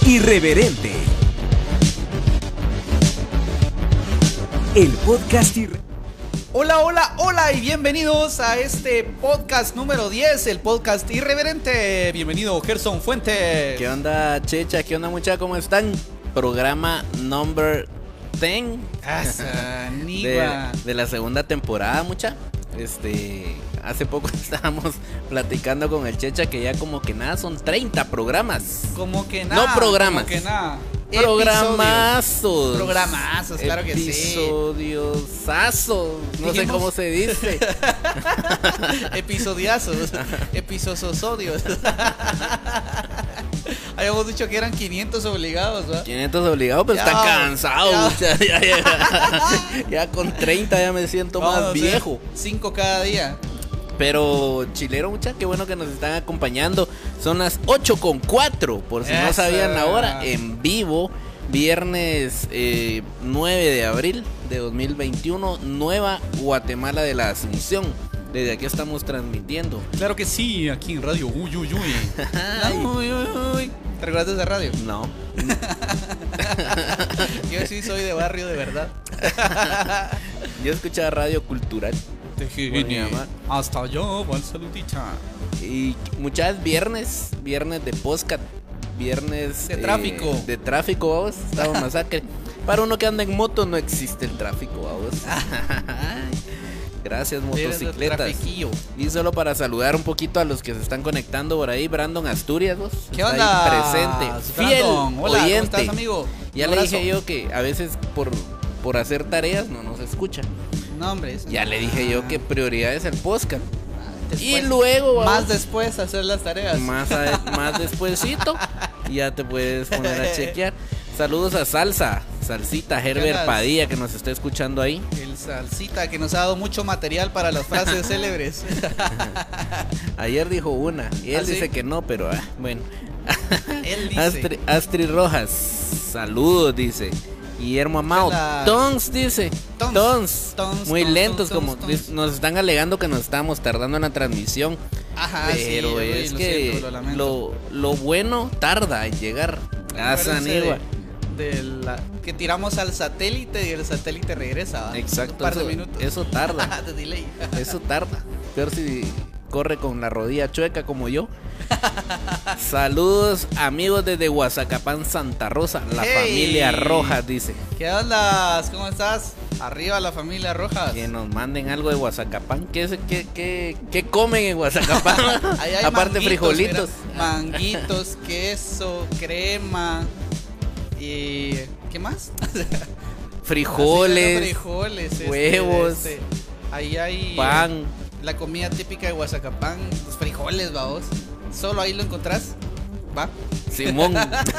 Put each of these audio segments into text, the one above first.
Irreverente. El podcast Hola, hola, hola y bienvenidos a este podcast número 10, el podcast Irreverente. Bienvenido, Gerson Fuentes. ¿Qué onda, Checha? ¿Qué onda, muchachos? ¿Cómo están? Programa number 10 de la segunda temporada, mucha. Hace poco estábamos platicando con el Checha que ya como que nada, son 30 programas. Como que nada. No programas. Como que nada. Programazos. Programazos, claro que sí. Episodiosazos. No sé cómo se dice. Episodiazos. Episososodios. Habíamos dicho que eran 500 obligados, ¿verdad? 500 obligados, pero están cansados. Ya con 30 ya me siento más viejo. 5 cada día. Pero chilero, mucha, qué bueno que nos están acompañando. Son las 8:04, por si no sabían ahora, en vivo, viernes 9 de abril de 2021, Nueva Guatemala de la Asunción. Desde aquí estamos transmitiendo. Claro que sí, aquí en radio. Uy, uy, uy. Uy, uy, uy. ¿Te recuerdas de esa radio? No. Yo sí soy de barrio de verdad. Yo escuchaba radio cultural. Hasta yo, buen saludita. Y muchas viernes de podcast, viernes de tráfico. De tráfico, vamos, estamos masacre. Para uno que anda en moto no existe el tráfico, vamos. Gracias, motocicletas. Y solo para saludar un poquito a los que se están conectando por ahí, Brandon Asturias, ¿vos? ¿Qué onda? Ahí presente, fiel Brandon, hola, oyente. ¿cómo estás, amigo? Ya le dije yo que a veces por hacer tareas no nos escucha. No, hombre, ya le dije yo que prioridad es el podcast. Después, y luego más después hacer las tareas. Más despuesito ya te puedes poner a chequear. Saludos a Salsita Herbert Padilla, que nos está escuchando ahí. El Salsita, que nos ha dado mucho material para las frases célebres. Ayer dijo una y él dice que no, pero bueno. Él dice. Astrid Rojas, saludos, dice. Guillermo Amado, Tons dice. Tons. Muy lentos, como nos están alegando que nos estamos tardando en la transmisión. Ajá, pero sí, es que lo bueno tarda en llegar a Sanigua. Que tiramos al satélite y el satélite regresa, ¿va? Exacto. Un par de minutos. Eso tarda. De delay. Eso tarda. Peor si corre con la rodilla chueca como yo. Saludos, amigos desde Guazacapán, Santa Rosa, la familia Rojas, dice. ¿Qué onda? ¿Cómo estás? Arriba la familia Rojas. Que nos manden algo de Guazacapán. ¿Qué comen en Guazacapán? Aparte frijolitos. Mira, manguitos, queso, crema. ¿Y qué más? Frijoles, huevos, ahí hay pan. La comida típica de Guazacapán, los frijoles, vamos. Solo ahí lo encontrás, va. Simón.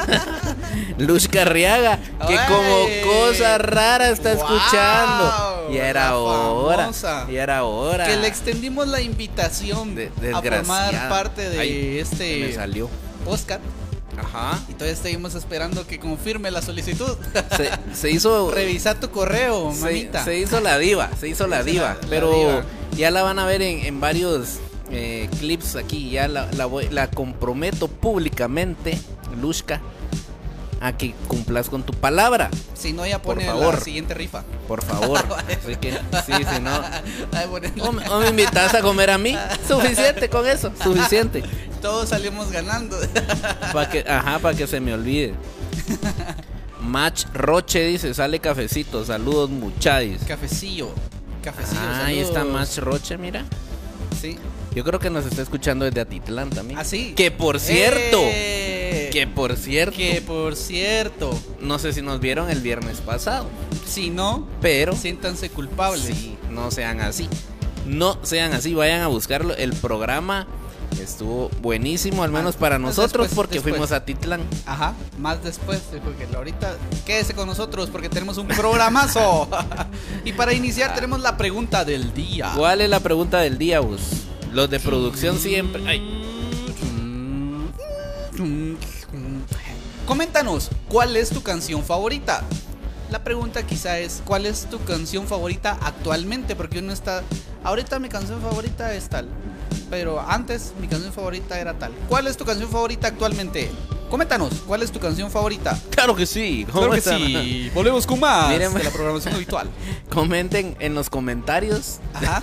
Luz Carriaga, que como cosa rara está escuchando. Ya era hora. Ya era hora. Que le extendimos la invitación a formar parte de me salió podcast. Ajá. Y todavía seguimos esperando que confirme la solicitud. Se hizo. Revisa tu correo, mamita. Se hizo la diva. Pero diva. Ya la van a ver en varios clips aquí. Ya la comprometo públicamente, Luzca, a que cumplas con tu palabra. Si no, ya pone la siguiente rifa. Por favor. Así que, sí, si no. O me invitas a comer a mí. Suficiente con eso. Suficiente. Todos salimos ganando. Para que se me olvide. Match Roche dice, sale cafecito. Saludos, muchachos. Cafecillo. Ahí está Match Roche, mira. Sí. Yo creo que nos está escuchando desde Atitlán también. ¿Ah, sí? Que por cierto. No sé si nos vieron el viernes pasado. Si no, pero siéntanse culpables. Sí, no sean así. Vayan a buscarlo. El programa estuvo buenísimo, al menos para nosotros, porque fuimos a Atitlán. Ajá, más después, porque ahorita quédese con nosotros porque tenemos un programazo. Y para iniciar tenemos la pregunta del día. ¿Cuál es la pregunta del día, vos? Los de producción siempre. Coméntanos, ¿cuál es tu canción favorita? La pregunta quizá es, ¿cuál es tu canción favorita actualmente? Porque uno está, ahorita mi canción favorita es tal, pero antes mi canción favorita era tal. ¿Cuál es tu canción favorita actualmente? Coméntanos, ¿cuál es tu canción favorita? Claro que sí. ¿Cómo Claro que están? sí. Volvemos con más Miren, de la programación habitual. Comenten en los comentarios Ajá.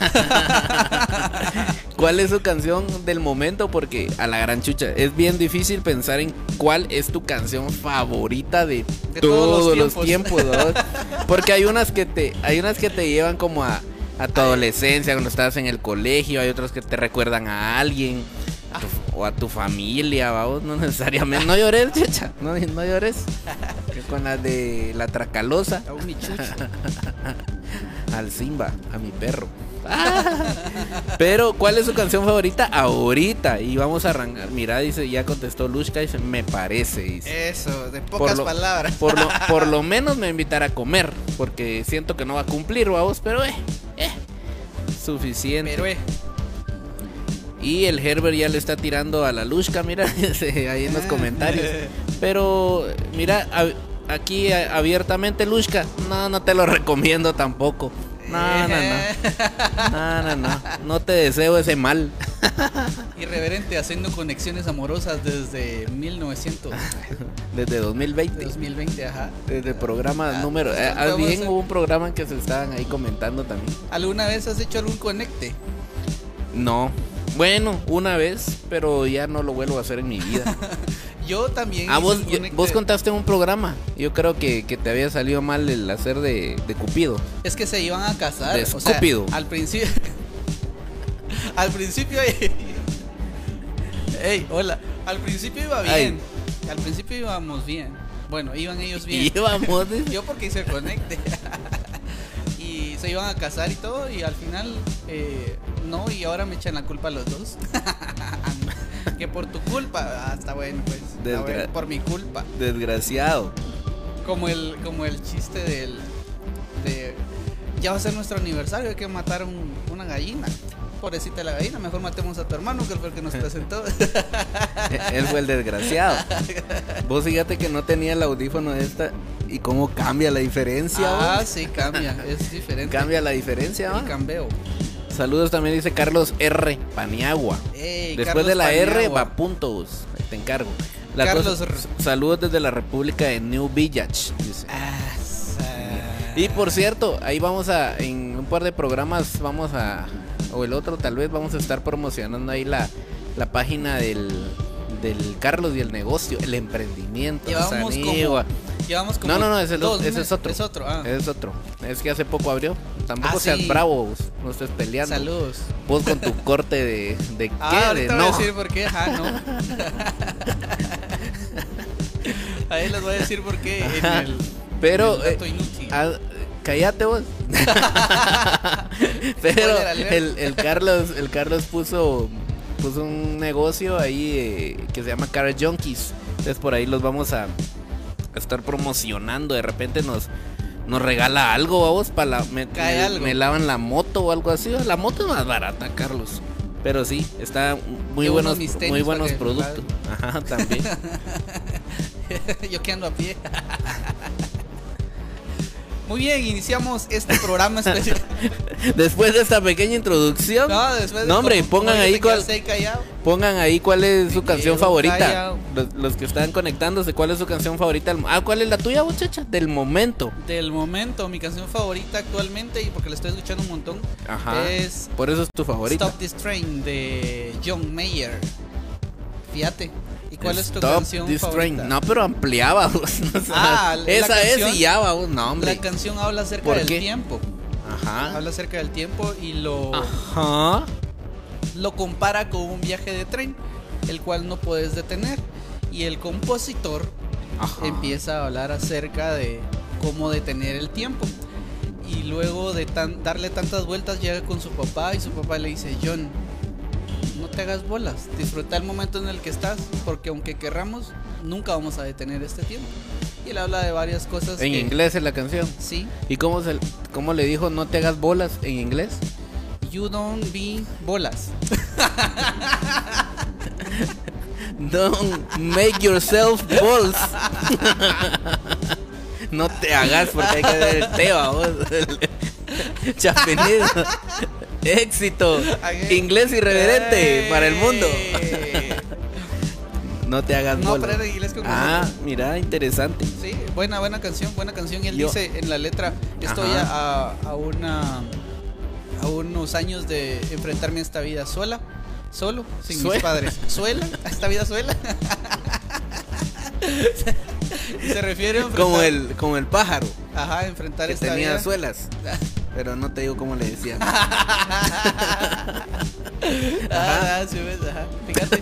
cuál es su canción del momento, porque a la gran chucha es bien difícil pensar en cuál es tu canción favorita de todos los tiempos, ¿no? Porque hay unas que te llevan como a tu adolescencia, cuando estabas en el colegio, hay otras que te recuerdan a alguien o a tu familia, vamos, no necesariamente. No llores, chucha, no llores. Que con la de la Tracalosa, A un michucho. al Simba, a mi perro. Pero, ¿cuál es su canción favorita ahorita? Y vamos a arrancar. Mira, dice, ya contestó Lushka, dice, me parece, dice. Eso, de pocas palabras. Por lo menos me va a invitar a comer, porque siento que no va a cumplir, vamos, pero suficiente. Pero Y el Herbert ya le está tirando a la Lushka, mira, ahí en los comentarios. Pero, mira, aquí abiertamente, Lushka, no te lo recomiendo tampoco. No te deseo ese mal. Irreverente, haciendo conexiones amorosas desde 1900. Desde 2020. 2020, ajá. Desde el programa número. Bien, hubo un programa que se estaban ahí comentando también. ¿Alguna vez has hecho algún conecte? No. Bueno, una vez, pero ya no lo vuelvo a hacer en mi vida. Yo también. Vos contaste un programa. Yo creo que te había salido mal el hacer de Cupido. Es que se iban a casar. De Escúpido. Al principio. Al principio. Ey, hola. Al principio iba bien. Al principio íbamos bien. Bueno, iban ellos bien. Íbamos. Yo porque hice el conecte. Y se iban a casar y todo. Y al final, no. Y ahora me echan la culpa a los dos. Que por tu culpa. Está bueno, pues. Está bueno, por mi culpa. Desgraciado. Como el chiste ya va a ser nuestro aniversario, hay que matar una gallina. Pobrecita la gallina, mejor matemos a tu hermano, que fue el que nos presentó. Él fue el desgraciado. Vos fíjate que no tenía el audífono esta. ¿Y cómo cambia la diferencia? ¿Vos? Sí, cambia, es diferente. Cambia la diferencia, ¿va? El cambio. Saludos también, dice Carlos R. Paniagua. Después Carlos de la Paniagua. R va puntos. Ahí te encargo. Carlos saludos desde la República de New Village, dice. Y por cierto, ahí en un par de programas o el otro tal vez vamos a estar promocionando ahí la página del Carlos y el negocio, el emprendimiento. Llevamos como No, ese es otro. Es otro. Ese es otro. Es que hace poco abrió. Tampoco seas bravo, no estés peleando. Saludos. Vos con tu corte de ¿qué? Ahorita De voy a no. decir por qué. No. Ahí les voy a decir por qué. Pero el dato inútil. cállate vos. Pero el Carlos puso un negocio ahí que se llama Car Junkies. Entonces por ahí los vamos a estar promocionando. De repente nos regala algo, vamos, me lavan la moto o algo así. La moto es más barata, Carlos. Pero sí, está muy buenos productos. Ajá, también. Yo que ando a pie. Muy bien, iniciamos este programa especial. Después de esta pequeña introducción. No, hombre, pongan ahí cuál es su canción favorita. Los que están conectándose, ¿cuál es su canción favorita? ¿Cuál es la tuya, muchacha? Del momento. Mi canción favorita actualmente, y porque la estoy escuchando un montón. Ajá. Por eso es tu favorita. Stop This Train de John Mayer. Fíjate. ¿Y cuál es tu canción favorita? No, pero ampliaba. Esa es y ya, vamos. No, hombre. La canción habla acerca del tiempo. Ajá. Habla acerca del tiempo y lo compara con un viaje de tren, el cual no puedes detener. Y el compositor empieza a hablar acerca de cómo detener el tiempo. Y luego de darle tantas vueltas, llega con su papá y su papá le dice: John, no te hagas bolas, disfruta el momento en el que estás, porque aunque querramos, nunca vamos a detener este tiempo. Y él habla de varias cosas. ¿En inglés es la canción? Sí. ¿Y cómo le dijo no te hagas bolas en inglés? You don't be bolas. Don't make yourself balls. No te hagas, porque hay que ver el tema, vos. Chapinido. Éxito. Inglés irreverente para el mundo. No te hagas No bolas. aprender inglés con Ah, nosotros. mira, interesante. Sí, buena canción. Y él Yo- dice en la letra, estoy a unos años de enfrentarme a esta vida solo, sin mis padres. ¿Suela? ¿A esta vida suela? Y se refiere a enfrentar, Como el pájaro ajá, enfrentar que esta tenía vida. suelas. Pero no te digo cómo le decía. Sí ves, ajá. Fíjate.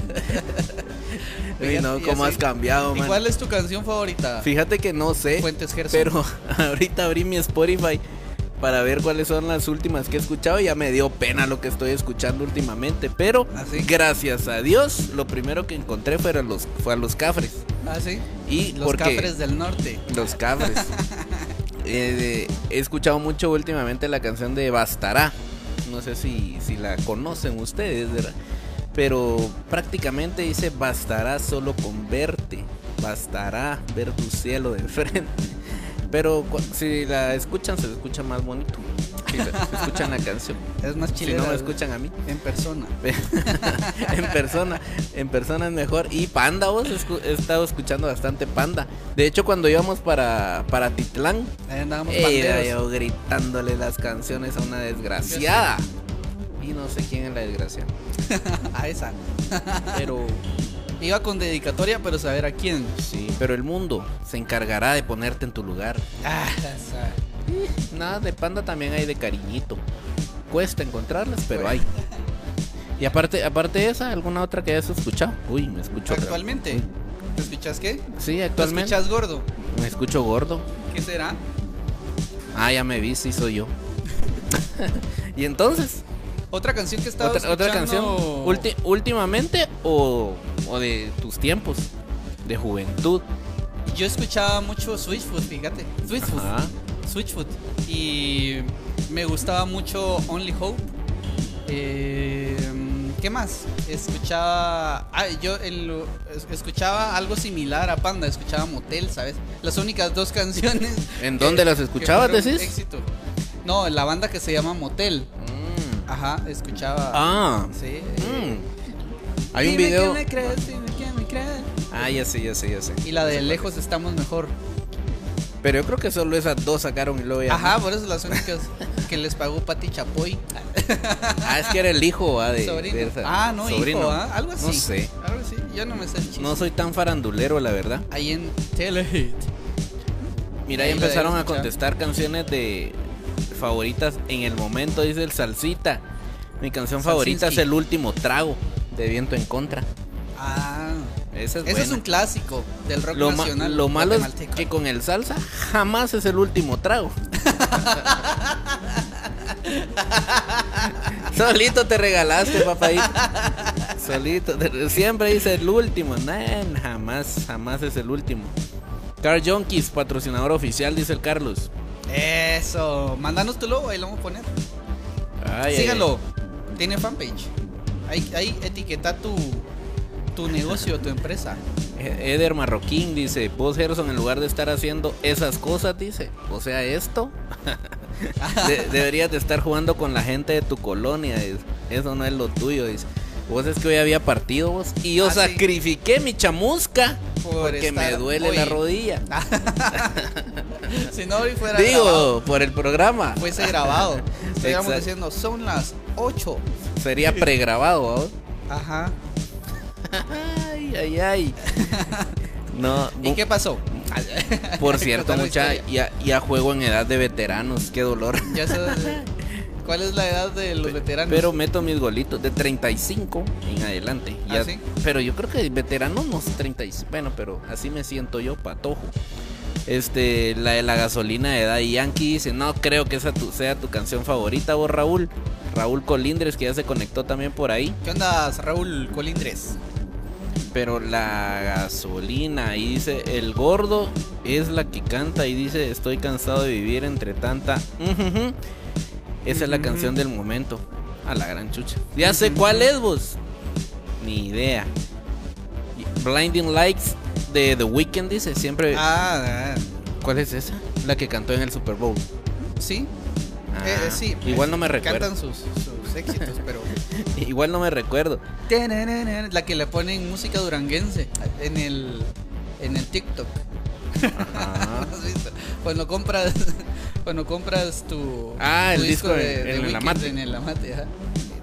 Uy, no, Y cómo así. has cambiado, ¿Y man. cuál es tu canción favorita? Fíjate que no sé, Fuentes Gerson. pero ahorita abrí mi Spotify para ver cuáles son las últimas que he escuchado y ya me dio pena lo que estoy escuchando últimamente. Pero ¿Ah, sí? gracias a Dios, lo primero que encontré fue a los Cafres. Ah, sí. Y Los porque Cafres del Norte. los Cafres. He escuchado mucho últimamente la canción de Bastará. No sé si la conocen ustedes, ¿verdad? Pero prácticamente dice: bastará solo con verte, bastará ver tu cielo de frente. Pero si la escuchan, se escucha más bonito. Si se escuchan la canción. Es más Si chilena. no me escuchan a mí. En persona. En persona es mejor. Y Panda, vos he estado escuchando bastante Panda. De hecho, cuando íbamos para Titlán, Ahí andábamos era panderos. yo gritándole las canciones a una desgraciada. Y no sé quién es la desgraciada. A esa. Pero Iba con dedicatoria, pero saber a quién. sí, pero el mundo se encargará de ponerte en tu lugar. Ah, esa. Nada, de Panda también hay de cariñito. Cuesta encontrarlas, pero hay. Y aparte de esa, ¿alguna otra que hayas escuchado? Uy, me escucho. Actualmente. ¿Te escuchas qué? Sí, ¿Te actualmente. escuchas gordo? Me escucho gordo. ¿Qué será? Ah, ya me vi, sí soy yo. Y entonces, Otra canción que estaba otra canción. Últimamente o de tus tiempos de juventud. Yo escuchaba mucho Switchfoot, fíjate. Switchfoot. Ajá. Switchfoot. Y me gustaba mucho Only Hope. ¿Qué más? Escuchaba. Escuchaba algo similar a Panda. Escuchaba Motel, ¿sabes? Las únicas dos canciones. ¿En dónde las escuchabas, que fueron decís? éxito. No, la banda que se llama Motel. Ajá, escuchaba. Ah. Sí. Hay un Dime video. que me crees, dime que me crees. Ah, ya sé. Y la de Lejos estamos mejor. Pero yo creo que solo esas dos sacaron y luego ya. Ajá, por eso las únicas que les pagó Pati Chapoy. Ah, es que era el hijo de Sobrino. de esa. No, sobrino. hijo, algo así. No sé. Algo así. Yo no me sé el chiste. No soy tan farandulero, la verdad. Ahí en Telehit. Mira, Ahí ahí la empezaron debes a escuchar. contestar canciones de favoritas en el momento, dice el Salsita. Mi canción favorita es Salsinski. El Último Trago, de Viento en Contra. Ah, Esa es ese es buena. un clásico del rock Lo nacional. malo es guatemalteco. que con el salsa jamás es el último trago. Solito te regalaste, papadito. Solito. Siempre dice el último. Nah, jamás es el último. Car Junkies, patrocinador oficial, dice el Carlos. Eso. Mándanos tu logo, ahí lo vamos a poner. Ay, Síganlo. Tiene fanpage. Ahí etiqueta tu negocio, tu empresa. Eder Marroquín dice: vos, Gerson, en lugar de estar haciendo esas cosas, dice, o sea, esto, deberías de estar jugando con la gente de tu colonia. Dice. Eso no es lo tuyo, dice. Vos, es que hoy había partido, vos, y yo Sí. sacrifiqué mi chamusca porque me estar duele hoy. la rodilla. Si no, hoy fuera grabado, Digo, por el programa. fuese grabado. Estuviéramos Exacto. diciendo, son las 8. Sería pregrabado, vos. Ajá. Ay. No, ¿Y qué pasó? por cierto, Contar la mucha, historia. ya juego en edad de veteranos, qué dolor. Ya sé, ¿cuál es la edad de los veteranos? Pero meto mis golitos de 35 en adelante. ¿Ah, Ya, sí? Pero yo creo que veteranos no es 35. Bueno, pero así me siento yo, patojo. La de la gasolina de Daddy Yankee dice: no creo que esa sea tu canción favorita, vos, Raúl. Raúl Colindres, que ya se conectó también por ahí. ¿Qué onda, Raúl Colindres? Pero la gasolina, y dice: el gordo es la que canta y dice: estoy cansado de vivir entre tanta. Esa es la canción del momento. A la gran chucha. Ya sé cuál es, vos. Ni idea. Blinding Lights de The Weeknd, dice. Siempre. ¿Cuál es esa? La que cantó en el Super Bowl. Sí. Ah, Sí. igual no me recuerdo. Cantan sus sus éxitos, pero Igual no me recuerdo. la que le ponen música duranguense en el TikTok. Ajá. ¿No has visto? Cuando compras tu Ah, tu el disco en el Weeknd Amate. en el Amate, ajá.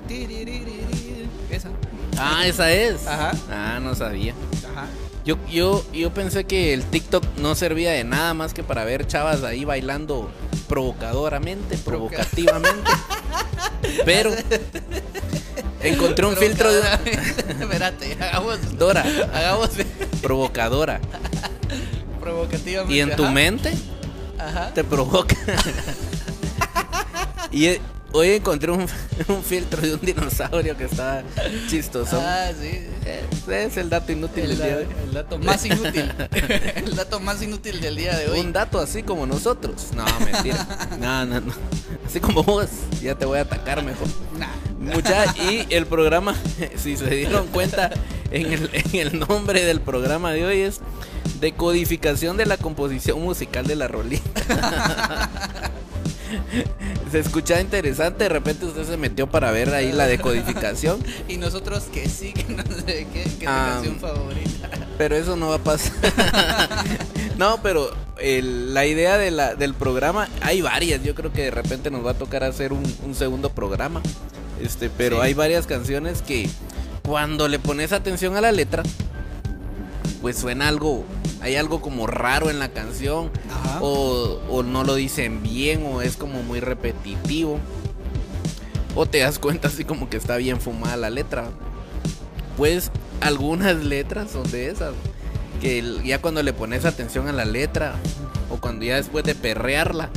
Esa. Ah, esa es. Ajá. Ah, no sabía. Ajá. Yo pensé que el TikTok no servía de nada más que para ver chavas ahí bailando provocativamente. Pero encontré un filtro de Espérate, hagamos provocadora. provocativamente. Y en tu ajá. mente Ajá. te provoca. Y hoy encontré un filtro de un dinosaurio que estaba chistoso. Ah, sí. Es el dato inútil del día de hoy. El dato más inútil. El dato más inútil del día de hoy. Un dato así como nosotros. No, mentira. No. Así como vos. Ya te voy a atacar mejor. Nah. Y el programa, si se dieron cuenta, en el nombre del programa de hoy es Decodificación de la composición musical de la rolita. Se escuchaba interesante, de repente usted se metió para ver ahí la decodificación. Y nosotros que sí, que no sé qué es tu canción favorita. Pero eso no va a pasar. No, pero la idea del programa, hay varias. Yo creo que de repente nos va a tocar hacer un segundo programa. Pero Sí. hay varias canciones que cuando le pones atención a la letra, pues suena algo, hay algo como raro en la canción. Ajá. O no lo dicen bien, o es como muy repetitivo, o te das cuenta así como que está bien fumada la letra. Pues algunas letras son de esas que ya cuando le pones atención a la letra, o cuando ya después de perrearla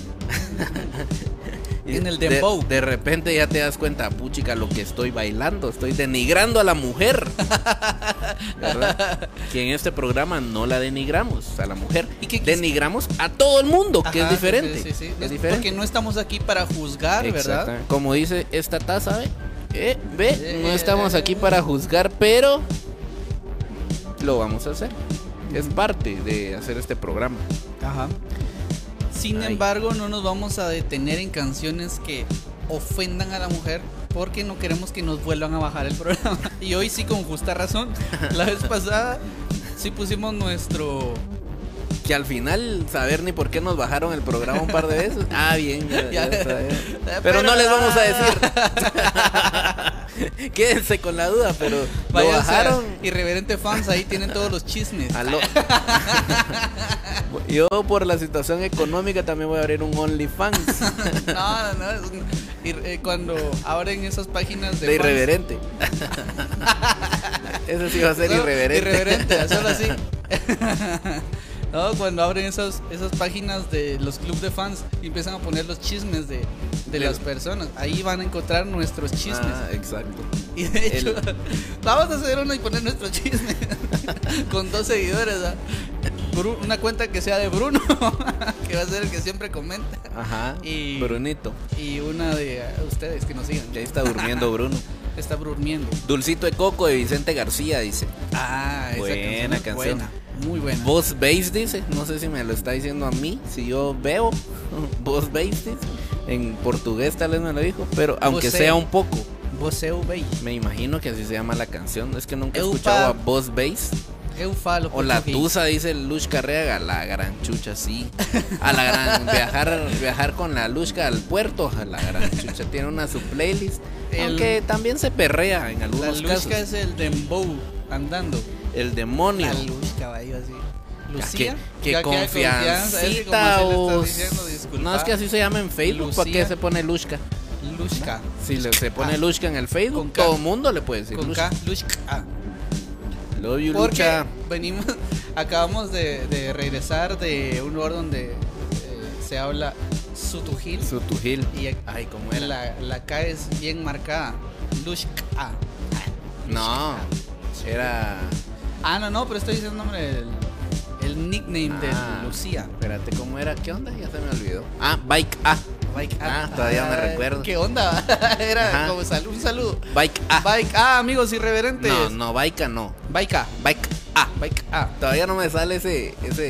En el dembow. de repente ya te das cuenta, puchica, lo que estoy bailando, estoy denigrando a la mujer, ¿verdad? Que en este programa no la denigramos a la mujer, ¿Y qué- denigramos a todo el mundo, que Ajá, es diferente. sí. Es diferente. Porque no estamos aquí para juzgar, ¿verdad? Exactamente. Como dice esta taza, no estamos aquí para juzgar, pero lo vamos a hacer. Es parte de hacer este programa. Ajá. Sin Ay. embargo, no nos vamos a detener en canciones que ofendan a la mujer porque no queremos que nos vuelvan a bajar el programa. Y hoy sí, con justa razón. La vez pasada sí pusimos nuestro... Que al final saber ni por qué nos bajaron el programa un par de veces. Ah, bien, ya está bien. Pero no les vamos a decir. Quédense con la duda, pero lo Váyanse a bajaron. Irreverente Fans, ahí tienen todos los chismes. Aló. Yo por la situación económica también voy a abrir un OnlyFans No. Cuando abren esas páginas de de fans, irreverente. Eso sí va a ser no, irreverente. Irreverente, solo así. No, cuando abren esas páginas de los clubs de fans y empiezan a poner los chismes de las personas, ahí van a encontrar nuestros chismes. Ah, exacto. Y de hecho, vamos a hacer uno y poner nuestros chismes con 2 seguidores. ¿Ah? Una cuenta que sea de Bruno, que va a ser el que siempre comenta. Ajá. Y- Brunito. Y una de ustedes que nos sigan. Ya está durmiendo Bruno. Está durmiendo. Dulcito de Coco de Vicente García dice. Ah, esa Buena es canción. buena, muy buena. Voz bass dice. No sé si me lo está diciendo a mí. Si yo veo. Voz bass dice. En portugués tal vez me lo dijo. Pero aunque Voceo. sea un poco. Voceo Bay. Me imagino que así se llama la canción. Es que nunca he Eupa. escuchado a Voz bass. Eu falo O la portugués. tusa, dice Luz Carrega, la gran chucha, sí. A la gran viajar con la Luzca al puerto, a la gran chucha tiene una su playlist. Aunque también se perrea en La algunos Luzca casos. es el dembow andando. El demonio. La Luzca va ahí así. Lucía. Que Ya hay confianza, es que como confiancita se le o... está diciendo, disculpa. No, es que así se llama en Facebook. ¿Para Lucía. qué se pone Luzca? Luzca. Si se pone Luzca en el Facebook, Con K. todo el mundo le puede decir Con Luzca. K. Luzca. Love you, Porque Lucha. acabamos de regresar de un lugar donde se habla Sutujil. Sutujil. Y Ay, ¿cómo era? la K es bien marcada. Luzca. No, era... No, pero estoy diciendo el nombre el nickname de Lucía. Espérate, ¿cómo era? ¿Qué onda? Ya se me olvidó. Bike A. Todavía me recuerdo. ¿Qué onda? Era Ajá. como un saludo. Bike A. Bike amigos irreverentes. No, Bike A no. Bike A. Bike A. Bike A. Todavía no me sale ese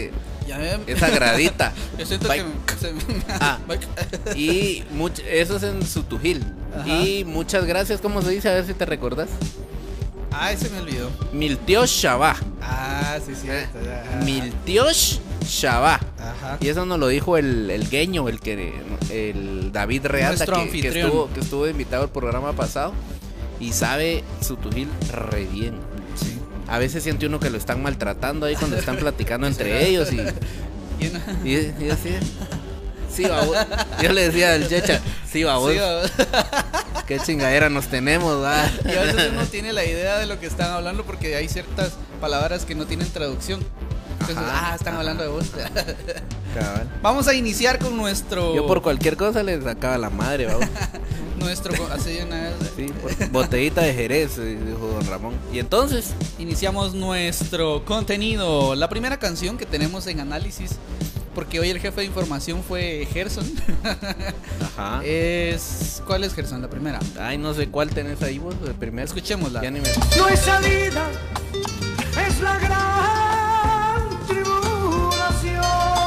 Es sagradita. Yo siento Bike. que Y eso es en Sutujil. Ajá. Y muchas gracias, ¿cómo se dice? A ver si te recordás. Ese me olvidó. Miltiosh Shabá. Sí, cierto. Ajá. Miltiosh Shabá. Ajá. Y eso nos lo dijo el Gueño, el David Reata, Nuestro que anfitrión. estuvo invitado al programa pasado. Y sabe Sutujil re bien. Sí. A veces siente uno que lo están maltratando ahí cuando están platicando entre ellos y así. Sí, babos. Yo le decía al Checha, sí, babos. Sí, babos. Qué chingadera nos tenemos, ¿va? Y a veces uno tiene la idea de lo que están hablando porque hay ciertas palabras que no tienen traducción. Entonces, están hablando de vos. Cabal. Vamos a iniciar con nuestro... Yo por cualquier cosa le sacaba la madre, babos. Así de una vez. Sí, por botellita de Jerez, dijo don Ramón. Y entonces, Iniciamos nuestro contenido. La primera canción que tenemos en análisis, porque hoy el jefe de información fue Gerson. ajá. ¿Cuál es Gerson? La primera. Ay, no sé cuál tenés ahí vos, el primero. Escuchémosla. Ya ni me... No es salida, es la gran tribulación.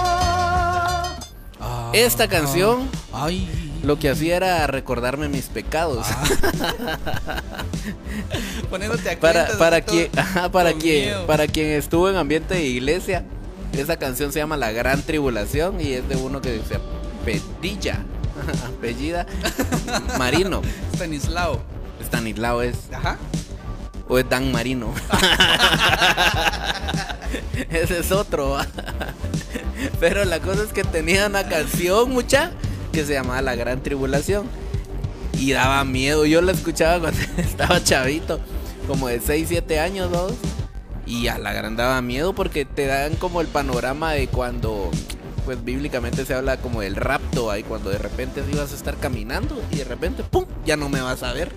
Esta canción Ay. lo que hacía era recordarme mis pecados. Poniéndote a para cuentas, quien, todo para con quien, miedo. para quien estuvo en ambiente de iglesia, esa canción se llama La Gran Tribulación y es de uno que se apellida Marino. Stanislao es, Ajá. o es Dan Marino. Ese es otro. Pero la cosa es que tenía una canción, mucha, que se llamaba La Gran Tribulación. Y daba miedo. Yo la escuchaba cuando estaba chavito, como de 6, 7 años, ¿no? Y a la gran daba miedo porque te dan como el panorama de cuando, pues bíblicamente se habla como del rapto, ahí cuando de repente ibas a estar caminando y de repente, ¡pum!, ya no me vas a ver.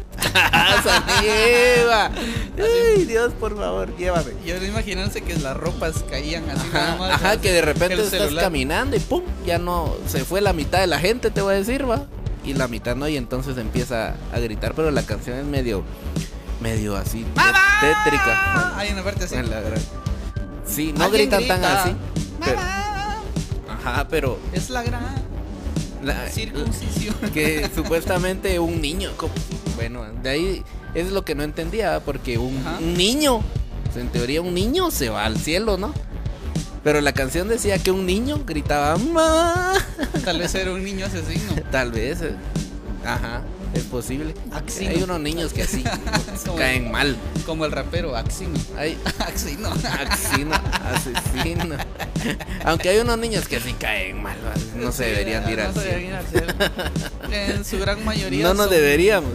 ¡Eva! ¡Ay, Dios, por favor, llévame! Yo no imaginándose que las ropas caían así nada más. Ajá, que de repente el estás celular. caminando y ¡pum!, ya no, se fue la mitad de la gente, te voy a decir, va. Y la mitad no, y entonces empieza a gritar, pero la canción es medio así, tétrica. Hay una parte así. En la gran- Sí, no Alguien gritan tan grita, así. Pero, "Mamá". ajá, pero Es la gran circuncisión. que supuestamente un niño, bueno, de ahí es lo que no entendía, porque Ajá. un niño, en teoría un niño se va al cielo, ¿no? Pero la canción decía que un niño gritaba "mamá". Tal vez era un niño asesino. Tal vez, ajá, es posible. Axino. Hay unos niños que así Como- caen mal. Como el rapero Axino. Hay Axino. asesino. Aunque hay unos niños que sí caen mal, no se deberían ir al No se cielo. deberían hacer. En su gran mayoría. No nos son- deberíamos.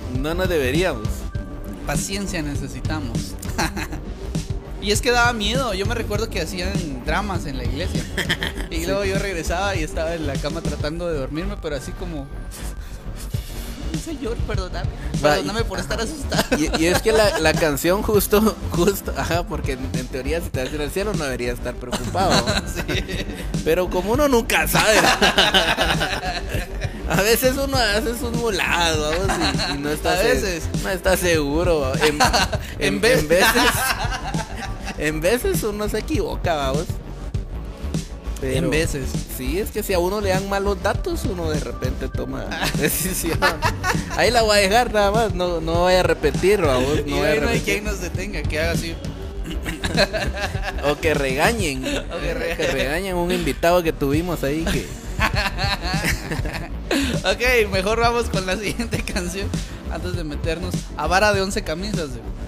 Paciencia necesitamos. Y es que daba miedo. Yo me recuerdo que hacían dramas en la iglesia. Y luego yo regresaba y estaba en la cama tratando de dormirme, pero así como... Señor, perdóname. Va, Perdóname por estar asustado. Y es que la canción justo, ajá, porque en teoría si te vas a ir al cielo no deberías estar preocupado, ¿no? Sí. Pero como uno nunca sabe, a veces uno hace sus muladas, vamos, y no está A veces. no está seguro. En veces uno se equivoca, vamos. Pero, En veces. Sí, es que si a uno le dan malos datos, uno de repente toma decisión. Ahí la voy a dejar nada más, no voy a repetir, vamos. Y No voy a hoy no hay repetir. quien nos detenga, que haga así. O que regañen. Que regañen un invitado que tuvimos ahí que... Ok, mejor vamos con la siguiente canción antes de meternos a vara de 11 camisas.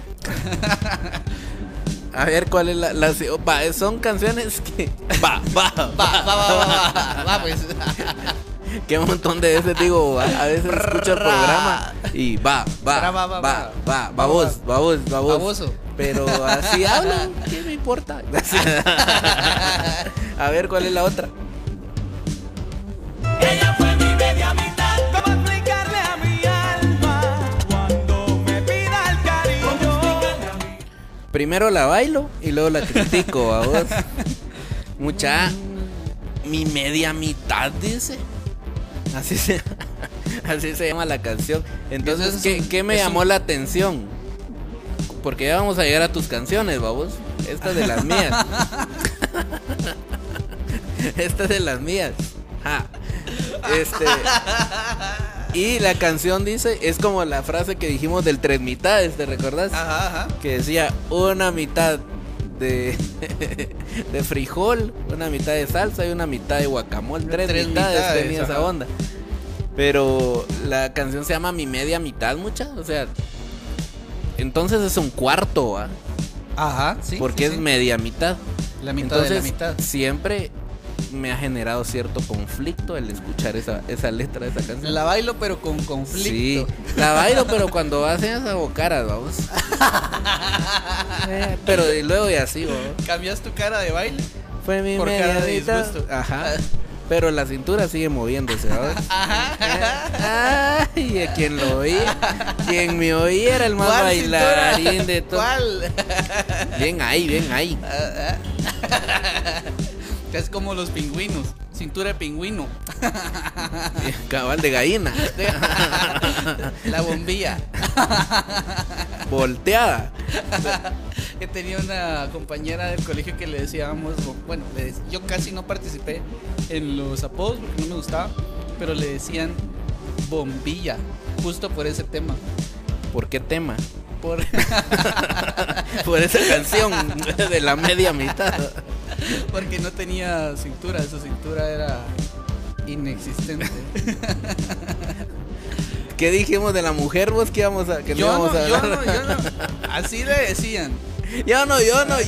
A ver cuál es va, son canciones que... Va, pues. Que un montón de veces digo, a veces escucho el programa y va, vos. Baboso. Pero así hablo, ¿qué me importa? A ver cuál es la otra. Ella fue mi media mitad. ¿Cómo explicarle a mi alma cuando me pida el cariño? Primero la bailo y luego la critico, a vos. Mucha, mi media mitad dice. Así se llama la canción. Entonces, ¿qué me llamó la atención? Porque ya vamos a llegar a tus canciones, babos. Esta es de las mías. Esta es de las mías. Ja. Y la canción dice, es como la frase que dijimos del 3 mitades, ¿te recordás? Ajá. Que decía una mitad de frijol, una mitad de salsa y una mitad de guacamole. Tres mitades tenía esa onda. Pero la canción se llama Mi Media Mitad, mucha. O sea, entonces es un cuarto, ¿va? Ajá, sí. Porque es media mitad. La mitad entonces, de la mitad. Siempre me ha generado cierto conflicto el escuchar esa letra de esa canción. La bailo pero con conflicto. Sí, la bailo pero cuando hacen esas bocaras, vamos. Pero y luego y así, vamos. ¿Cambias tu cara de baile? Fue mi por media cara de mitad. disgusto. Ajá. Pero la cintura sigue moviéndose, ¿sabes? Ay, a quien lo oía, quien me oía era el más bailarín cintura? De todo. ¿Cuál? Bien ahí. Es como los pingüinos, cintura de pingüino. Cabal de gallina. La bombilla. Volteada. Yo tenía una compañera del colegio que le decíamos, bueno, yo casi no participé en los apodos porque no me gustaba, pero le decían bombilla, justo por ese tema. ¿Por qué tema? Por esa canción de la media mitad. Porque no tenía cintura, su cintura era inexistente. ¿Qué dijimos de la mujer vos que íbamos a que yo no íbamos a no. hablar? Así le decían. Yo no,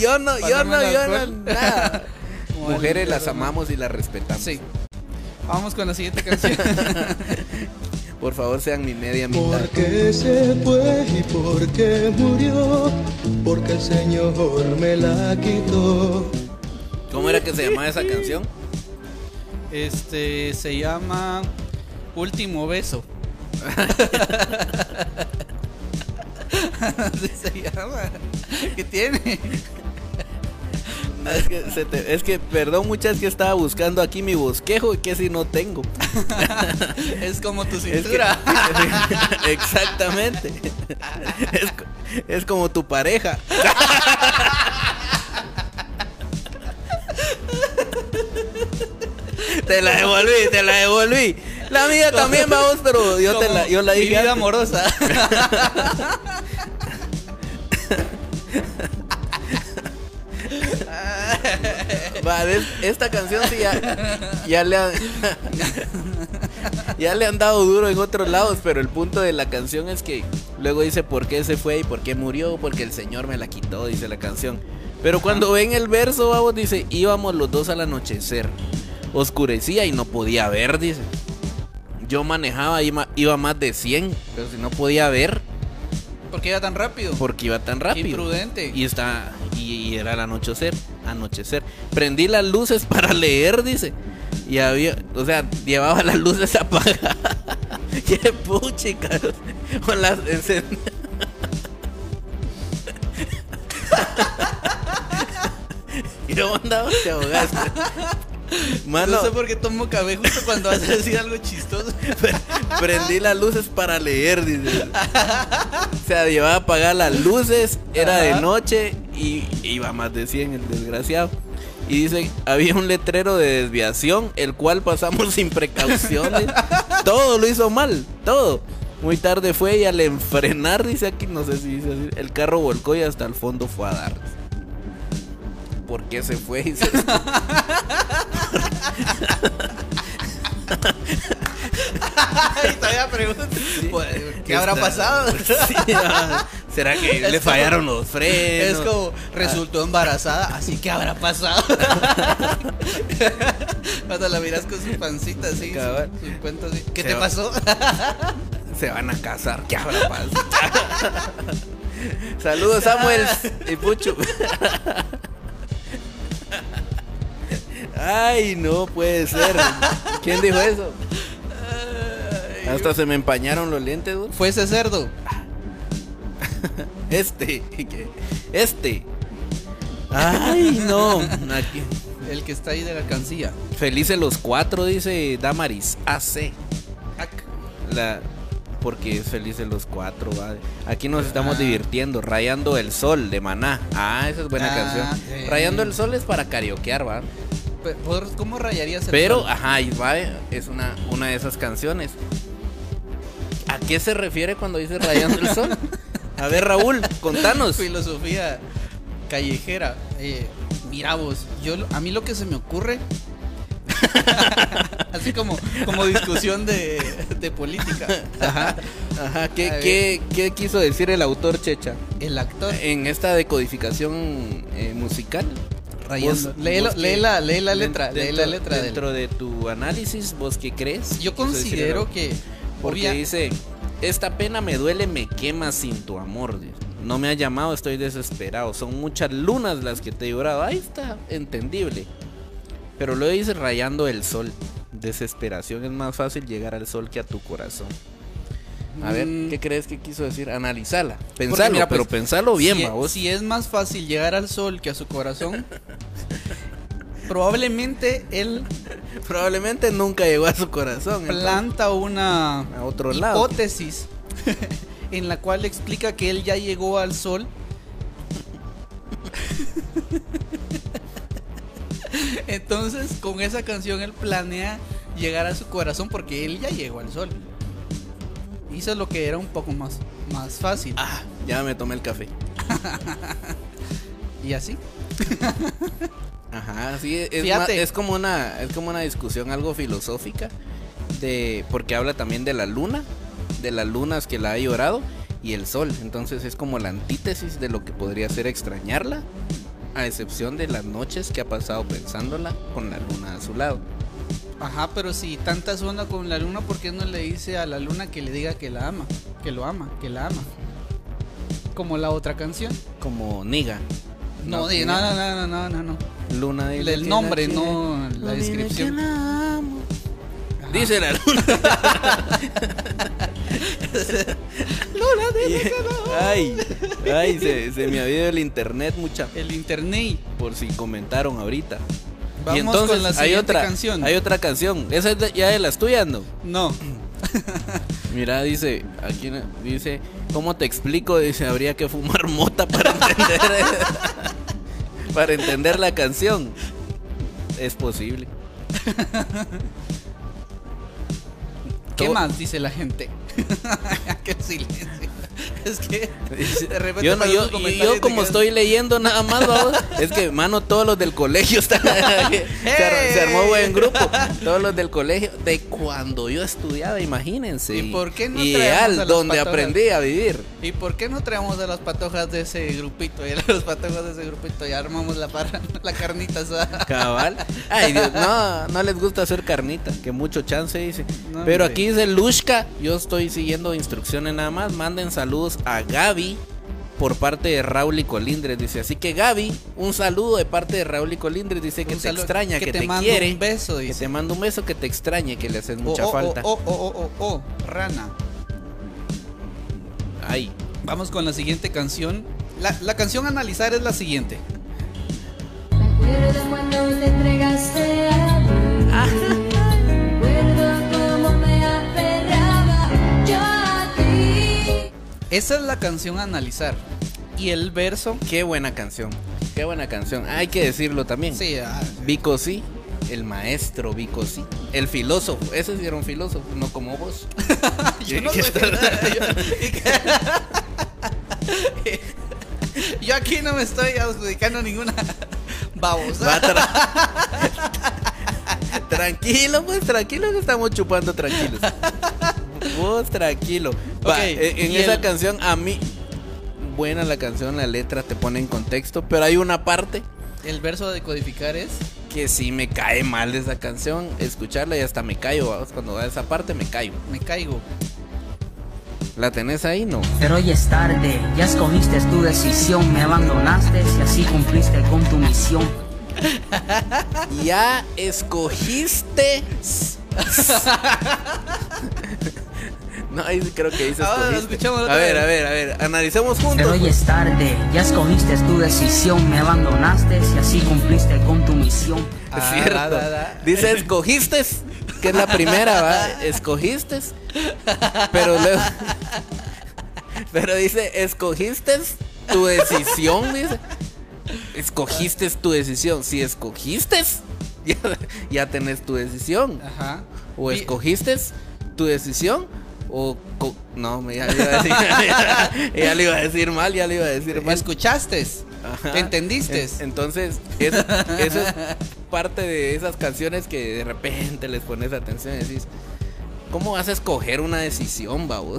nada. Como Mujeres las amamos y las respetamos. Sí. Vamos con la siguiente canción. Por favor, sean mi media mitad. Porque se fue y porque murió, porque el Señor me la quitó. ¿Cómo era que se llamaba esa canción? Se llama Último Beso. Así se llama. ¿Qué tiene? Es que, perdón, muchas que estaba buscando aquí mi bosquejo y que si no tengo. Es como tu cintura. Exactamente. Es como tu pareja. Te la devolví. La mía también, vamos, pero yo la dije. Mi vida amorosa. Vale, esta canción sí ya le han dado duro en otros lados, pero el punto de la canción es que luego dice por qué se fue y por qué murió, porque el Señor me la quitó, dice la canción. Pero cuando ven el verso, vamos, dice, íbamos los dos al anochecer, oscurecía y no podía ver, dice. Yo manejaba, iba más de 100, pero si no podía ver. ¿Por qué iba tan rápido? Porque iba tan rápido. Imprudente. Y era el anochecer. Prendí las luces para leer, dice. Y llevaba las luces apagadas. Qué puchica. Con las ¿Qué onda? Te ahogaste. Mano, no sé por qué tomo café justo cuando vas a decir algo chistoso. Prendí las luces para leer, dice. O sea, llevaba a apagar las luces, era de noche y iba más de 100 el desgraciado. Y dice, había un letrero de desviación, el cual pasamos sin precauciones. Todo lo hizo mal, todo. Muy tarde fue y al enfrenar, dice aquí, no sé si dice así, el carro volcó y hasta el fondo fue a dar. ¿Por qué se fue? Y todavía pregunto, ¿qué habrá pasado? Sí, ¿será que le fallaron los frenos? Es como, resultó embarazada, así que habrá pasado. Cuando la miras con su pancita así, su cuento así. ¿Qué te pasó? Se van a casar, ¿qué habrá pasado? Saludos, Samuel y Puchu. Ay, no puede ser. ¿Quién dijo eso? Hasta se me empañaron los lentes, ¿no? Fue ese cerdo. Este. Ay, no. Aquí. El que está ahí de la alcancía. Felices los 4, dice Damaris AC. Porque es Felices los 4, ¿vale? Aquí nos estamos divirtiendo. Rayando el Sol de Maná. Esa es buena canción. Rayando el Sol es para karaokear, ¿va? ¿Cómo rayarías el Pero, sol? ajá, ahí va, es una de esas canciones. ¿A qué se refiere cuando dice rayando el sol? A ver, Raúl, contanos. Filosofía callejera. Mira vos, a mí lo que se me ocurre, así como discusión de política. Ajá. ¿Qué quiso decir el autor, Checha? El actor En esta decodificación musical. rayando. Vos Lee que- la letra. Lee la letra dentro de tu análisis, ¿vos qué crees? Yo Quiso decir considero el- que Porque dice, esta pena me duele, me quema sin tu amor. Dice. No me ha llamado, estoy desesperado. Son muchas lunas las que te he llorado. Ahí está, entendible. Pero luego dice rayando el sol. Desesperación, es más fácil llegar al sol que a tu corazón. A ver, ¿qué crees que quiso decir? Analizala. Pensalo, mira, pues, pero pensalo bien, si, vos. si es más fácil llegar al sol que a su corazón, probablemente él Probablemente nunca llegó a su corazón. planta una A otro lado. hipótesis en la cual explica que él ya llegó al sol. Entonces, con esa canción él planea llegar a su corazón porque él ya llegó al sol. Hizo lo que era un poco más fácil. Ah, ya me tomé el café. Y así. Ajá, sí, Fíjate. es como una discusión algo filosófica porque habla también de la luna, de las lunas que la ha llorado y el sol. Entonces es como la antítesis de lo que podría ser extrañarla, a excepción de las noches que ha pasado pensándola con la luna a su lado. Ajá, pero si tanta zona con la luna, ¿por qué no le dice a la luna que le diga que la ama? Que lo ama, que la ama. Como la otra canción. Como Niga. No. Luna de El nombre, no la descripción. Ajá. Dice la luna. Ay, se me ha ido el internet mucha. El internet. Por si comentaron ahorita. Vamos Y entonces con la hay siguiente otra canción. Hay otra canción. Esa es ya de las tuyas, ¿no? No. Mira, dice, aquí dice, ¿cómo te explico? Dice, habría que fumar mota para entender para entender la canción. Es posible. ¿Qué Todo- más dice la gente? Qué silencio. Es que de repente Yo, no, para yo, esos comentarios yo te como quedas- estoy leyendo nada más, vamos, es que, mano, todos los del colegio están se armó buen grupo. Todos los del colegio, de cuando yo estudiaba, imagínense. ¿Y por qué no traemos Ideal, a las donde patojas? aprendí a vivir. ¿Y por qué no traemos a las patojas de ese grupito? Y a los patojos de ese grupito y armamos la carnita asada. Cabal. Ay, Dios, no les gusta hacer carnita, que mucho chance dice. No, Pero hombre. aquí dice Lushka, yo estoy siguiendo instrucciones nada más. Manden saludos a Gaby por parte de Raúl y Colindres. Dice, así que Gaby, un saludo de parte de Raúl y Colindres. Dice que Un te saludo, extraña, que te mando quiere. un beso, Que dice. te manda un beso, que te extrañe, que le haces mucha falta. Rana. Ay, Vamos con la siguiente canción. La canción a analizar es la siguiente. Recuerdo cuando te entregaste a mí. Recuerdo cómo me aferraba yo a ti. Esa es la canción a analizar. Y el verso. qué buena canción. Qué buena canción. Hay que decirlo también. Sí, Vico sí, el maestro Vico sí, el filósofo, ese sí era un filósofo, no como vos. yo, no ¿Qué soy- yo aquí no me estoy adjudicando ninguna babosa. Va tranquilo, pues tranquilo que estamos chupando tranquilos. Vos tranquilo. Va, Ok, en y esa el- canción a mí buena la canción, la letra te pone en contexto, pero hay una parte El verso de codificar es. que sí me cae mal de esa canción, escucharla y hasta me callo, vamos, cuando va esa parte me callo. Me caigo. ¿La tenés ahí? No. Pero hoy es tarde, ya escogiste tu decisión, me abandonaste y así cumpliste con tu misión. Ya escogiste. No, ahí creo que dice Ahora lo escogiste. escuchamos otra A ver, vez. a ver, analicemos Pero juntos. hoy es tarde, ya escogiste tu decisión, me abandonaste y así cumpliste con tu misión. Es cierto. Dice escogiste, que es la primera, va. Escogiste. Pero luego. Pero dice, escogiste tu decisión, dice. Escogiste tu decisión. Si escogiste, ya tenés tu decisión. Ajá. O Y- escogiste tu decisión no, ya le iba a decir, ya le iba a decir mal, ¿Escuchaste? Ajá. ¿Entendiste? Entonces, eso es parte de esas canciones que de repente les pones atención y decís, ¿cómo vas a escoger una decisión, babos?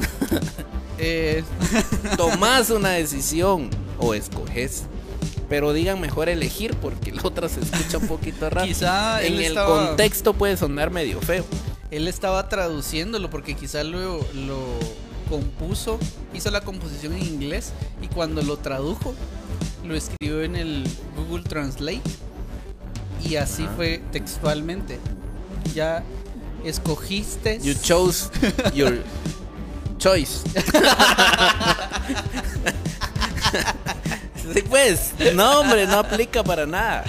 Tomás una decisión o escoges. Pero digan mejor elegir porque la otra se escucha un poquito raro. Quizá en él el estaba- contexto puede sonar medio feo. Él estaba traduciéndolo porque quizá lo compuso, hizo la composición en inglés y cuando lo tradujo, lo escribió en el Google Translate y así Ajá. fue textualmente. Ya escogiste. You chose your choice. Sí, pues, no, hombre, no aplica para nada.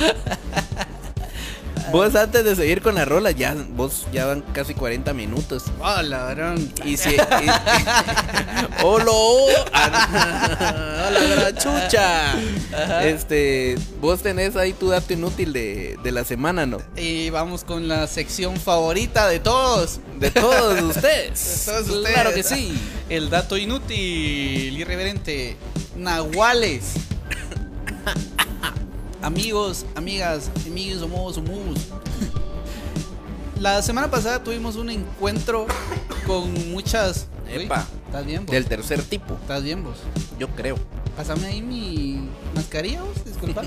Vos antes de seguir con la rola, ya van casi 40 minutos. Oh, ladrón. Y si. ¡Hola! ¡Hola, gran chucha! Vos tenés ahí tu dato inútil de la semana, ¿no? Y vamos con la sección favorita de todos. De todos ustedes. De todos ustedes. Claro que sí. El dato inútil, irreverente. Nahuales. Amigos, amigas, amigues, somos. La semana pasada tuvimos un encuentro con muchas. Uy, Epa. ¿Estás bien vos? Del tercer tipo, ¿Estás bien vos? yo creo. Pásame ahí mi mascarilla, vos, disculpa.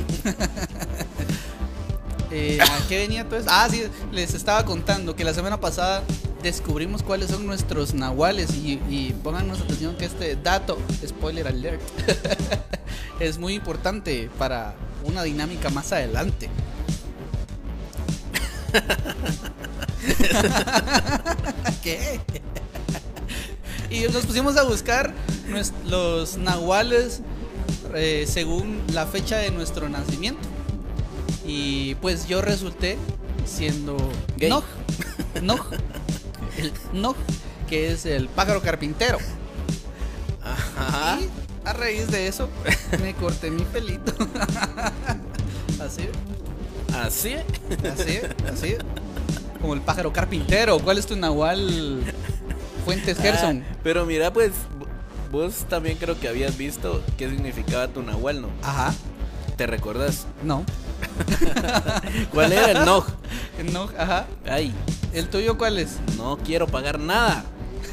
¿A qué venía todo eso? Ah, sí, les estaba contando que la semana pasada descubrimos cuáles son nuestros nahuales y pónganos atención que este dato, spoiler alert, es muy importante para una dinámica más adelante. ¿Qué? Y nos pusimos a buscar los nahuales según la fecha de nuestro nacimiento. Y pues yo resulté siendo Gay. Nog. El Nog, que es el pájaro carpintero. Ajá. Y a raíz de eso me corté mi pelito. Así, Así. así. Como el pájaro carpintero. ¿Cuál es tu nahual, Fuentes Gerson? Pero mira, pues, vos también creo que habías visto qué significaba tu nahual, ¿no? Ajá. ¿Te recuerdas? No. ¿Cuál era el Nog? No, ajá. Ay, ¿El tuyo cuál es? no quiero pagar nada.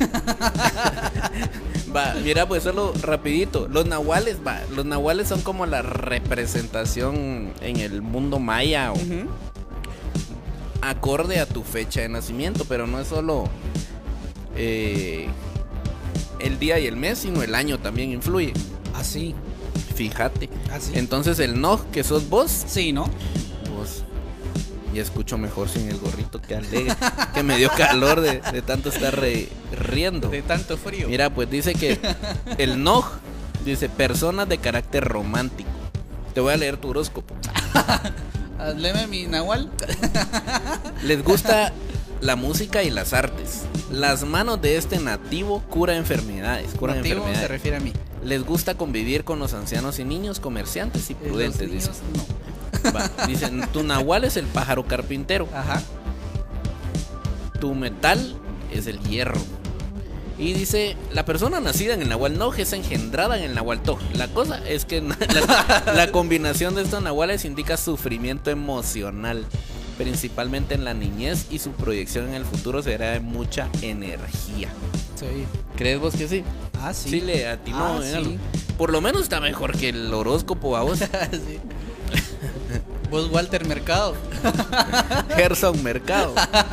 Va, mira, pues solo rapidito. Los nahuales son como la representación en el mundo maya o acorde a tu fecha de nacimiento, pero no es solo el día y el mes, sino el año también influye. Así. Fíjate. Así. Entonces el Nog, que sos vos, Sí, ¿no? vos. Y escucho mejor sin el gorrito, que alegre, que me dio calor de tanto estar riendo. De tanto frío. Mira, pues dice que el Nog dice personas de carácter romántico. Te voy a leer tu horóscopo. Léeme mi nahual. Les gusta la música y las artes. Las manos de este nativo curan enfermedades. Nativo se refiere a mí. Les gusta convivir con los ancianos y niños, comerciantes y prudentes, Los dice. niños, no. Va, dicen, tu nahual es el pájaro carpintero. Ajá. Tu metal es el hierro. Y dice, la persona nacida en el Nahual Nog es engendrada en el Nahual Toj. La cosa es que la combinación de estos nahuales indica sufrimiento emocional, principalmente en la niñez, y su proyección en el futuro será de mucha energía. Sí. ¿Crees vos que sí? Ah, sí. Sí le atinó Ah, en sí. algo. Por lo menos está mejor que el horóscopo a vos. Sí. Vos, Walter Mercado. Gerson Mercado.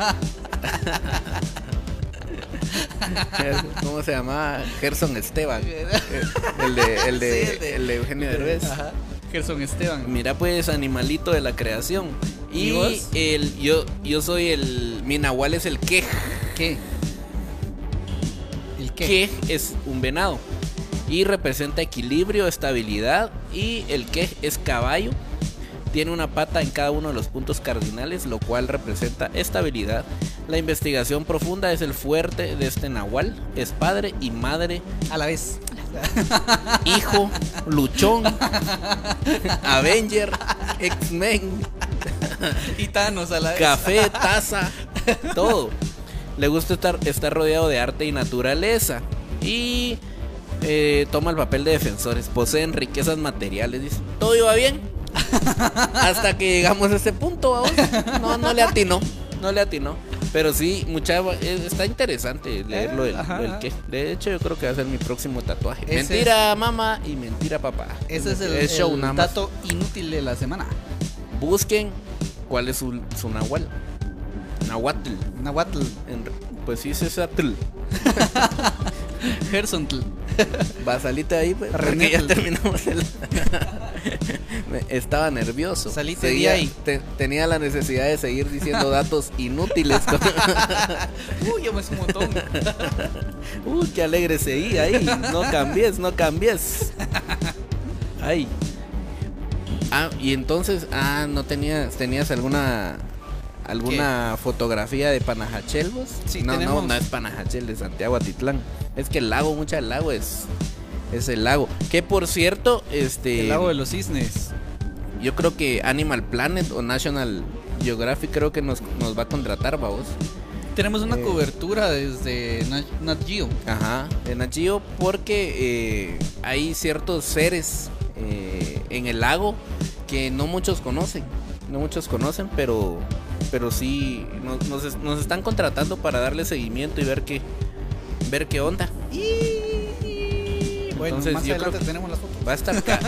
¿Cómo se llama? Gerson Esteban. El de Eugenio Derbez. Ajá. Gerson Esteban. Mira, pues, animalito de la creación. ¿Y Y vos? yo soy mi nahual es el quej. ¿Qué? ¿El qué? Quej es un venado y representa equilibrio, estabilidad. Y el quej es caballo. Tiene una pata en cada uno de los puntos cardinales, lo cual representa estabilidad. La investigación profunda es el fuerte de este nahual. Es padre y madre, A la vez. hijo, luchón, Avenger, X-Men. Y Thanos a la vez. Café, taza, todo. Le gusta estar rodeado de arte y naturaleza. Y toma el papel de defensores. Poseen riquezas materiales. Dice, todo iba bien. Hasta que llegamos a ese punto, vamos. No le atinó. Pero sí, está interesante leerlo del qué. De hecho, yo creo que va a ser mi próximo tatuaje. Ese Mentira mamá y mentira papá. Ese es el show, nada más. dato inútil de la semana. Busquen cuál es su nahual. Nahuatl. Nahuatl. Pues sí, es atl. Gersontl. Basalite ahí, pues, porque Renetl. ya terminamos estaba nervioso. Salite de ahí. Tenía la necesidad de seguir diciendo datos inútiles. Yo me sumo un montón. Qué alegre seguí ahí. No cambies. Ay. Y entonces, no tenías alguna fotografía de Panajachelbos? Sí, no es Panajachel, de Santiago Atitlán. Es que el lago es el lago. Que por cierto, El lago de los cisnes. yo creo que Animal Planet o National Geographic creo que nos va a contratar, vamos. Tenemos una cobertura desde Nat Geo. Ajá, de Nat Geo, porque hay ciertos seres en el lago que no muchos conocen, pero sí nos están contratando para darle seguimiento y ver qué onda. Bueno, Entonces, más yo adelante creo que tenemos las fotos. va a estar acá.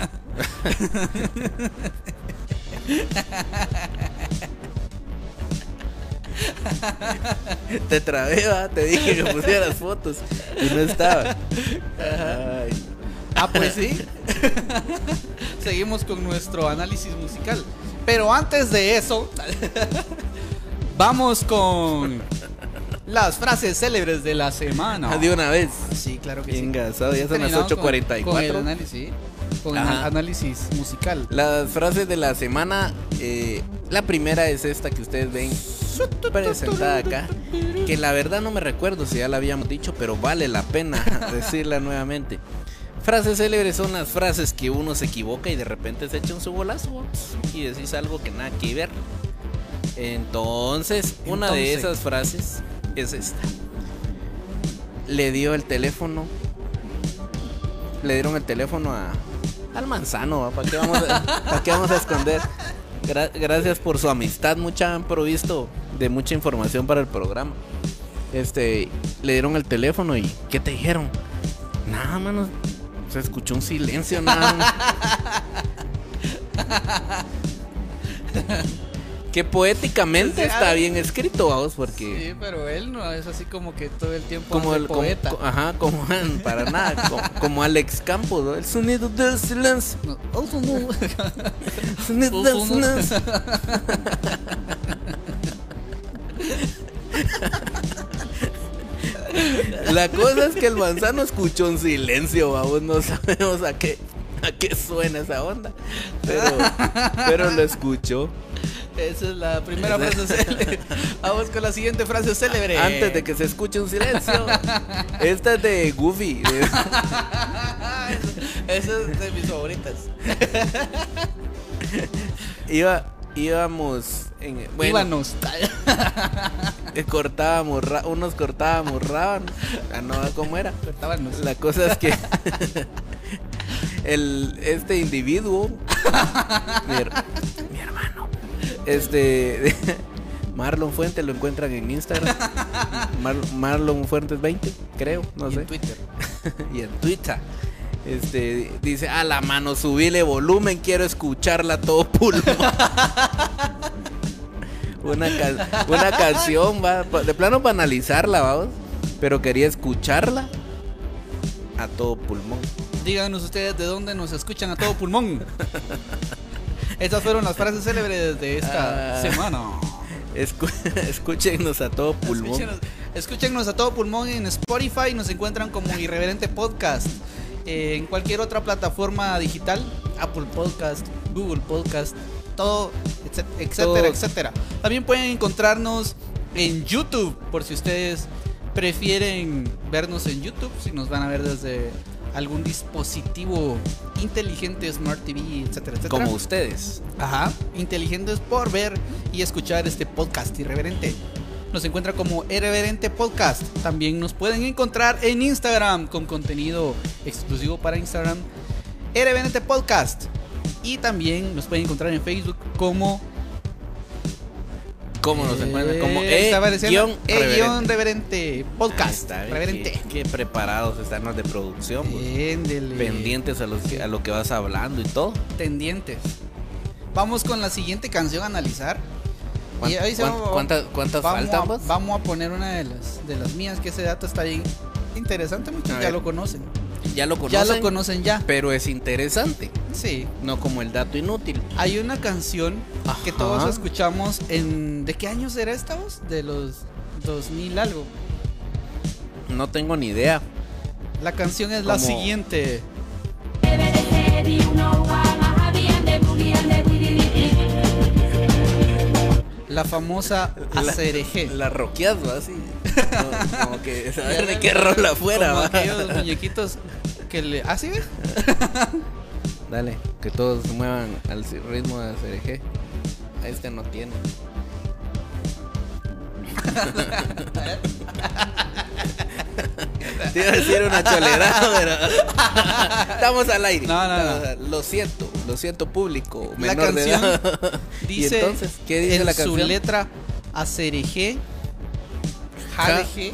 Te trabé, te dije que pusieras fotos y no estaba. Ay. Pues sí. Seguimos con nuestro análisis musical. Pero antes de eso, vamos con las frases célebres de la semana. De una vez. Sí, claro que Bien sí. gasado, ya son las Terminamos 8:44. Con el análisis, con el Ajá. análisis musical. Las frases de la semana, la primera es esta que ustedes ven presentada acá, que la verdad no me recuerdo si ya la habíamos dicho, pero vale la pena decirla nuevamente. Frases célebres son las frases que uno se equivoca y de repente se echa un su golazo y decís algo que nada que ver. Entonces, una de esas frases es esta. Le dieron el teléfono al manzano, ¿para qué vamos a esconder? Gracias por su amistad, mucha han provisto de mucha información para el programa. Le dieron el teléfono y ¿qué te dijeron? Nada, mano, se escuchó un silencio, nada. Que poéticamente está bien escrito, vamos, porque Sí, pero él no es así como que todo el tiempo como anda el poeta. para nada, como Alex Campos, ¿no? El sonido del silencio. No, also no. Sonido del Also no. silencio. La cosa es que el manzano escuchó un silencio, vamos, no sabemos a qué suena esa onda, pero lo escuchó. Esa es la primera frase célebre. Vamos con la siguiente frase célebre. Antes de que se escuche un silencio. Esta es de Goofy. Esa es de mis favoritas. Íbamos en, bueno, Íbamos. cortábamos unos cortábamos rábanos. No, ¿cómo era? Cortábamos. La cosa es que este individuo, mi hermano, Marlon Fuentes, lo encuentran en Instagram. Marlon Fuentes 20, creo, no Y sé. en Twitter. Y en Twitter. Dice, a la mano, subile volumen, quiero escucharla a todo pulmón. Una canción, va, de plano para analizarla, vamos. Pero quería escucharla a todo pulmón. Díganos ustedes de dónde nos escuchan a todo pulmón. Esas fueron las frases célebres de esta semana. Escúchenos a todo pulmón. Escúchenos a todo pulmón en Spotify. Nos encuentran como Irreverente Podcast. En cualquier otra plataforma digital, Apple Podcast, Google Podcast, todo, etcétera, etcétera. También pueden encontrarnos en YouTube, por si ustedes prefieren vernos en YouTube, si nos van a ver desde algún dispositivo inteligente, Smart TV, etcétera, etcétera. Como ustedes. Ajá, inteligentes por ver y escuchar este podcast irreverente. Nos encuentra como Irreverente Podcast. También nos pueden encontrar en Instagram con contenido exclusivo para Instagram, Irreverente Podcast. Y también nos pueden encontrar en Facebook como... ¿Cómo nos encuentran? Como E-Reverente Podcast. Está bien, Reverente. qué preparados están los de producción. Pues. Éndele. Pendientes a lo que vas hablando y todo. Tendientes. Vamos con la siguiente canción a analizar. Y ahí ¿Cuántas faltan, vos? Vamos a poner una de las mías, que ese dato está bien interesante, muchos A ya ver. lo conocen. Ya lo conocen. Ya lo conocen ya. Pero es interesante. Sí. No como el dato inútil. Hay una canción que Ajá. todos escuchamos en... ¿De qué años era esta voz? De los 2000 algo. No tengo ni idea. La canción es la ¿Cómo? siguiente. La famosa Acereje. La roqueas, va así. No, como que saber de qué rola fuera, Como va. aquellos muñequitos que le... ¿Ah, sí ves? Dale, que todos se muevan al ritmo de CRG. Este no tiene. Te iba a decir una cholerada, pero estamos al aire. No. Lo siento público. La Menor de canción edad. dice... ¿Y entonces qué dice en la su canción? letra Acereje. Jareje.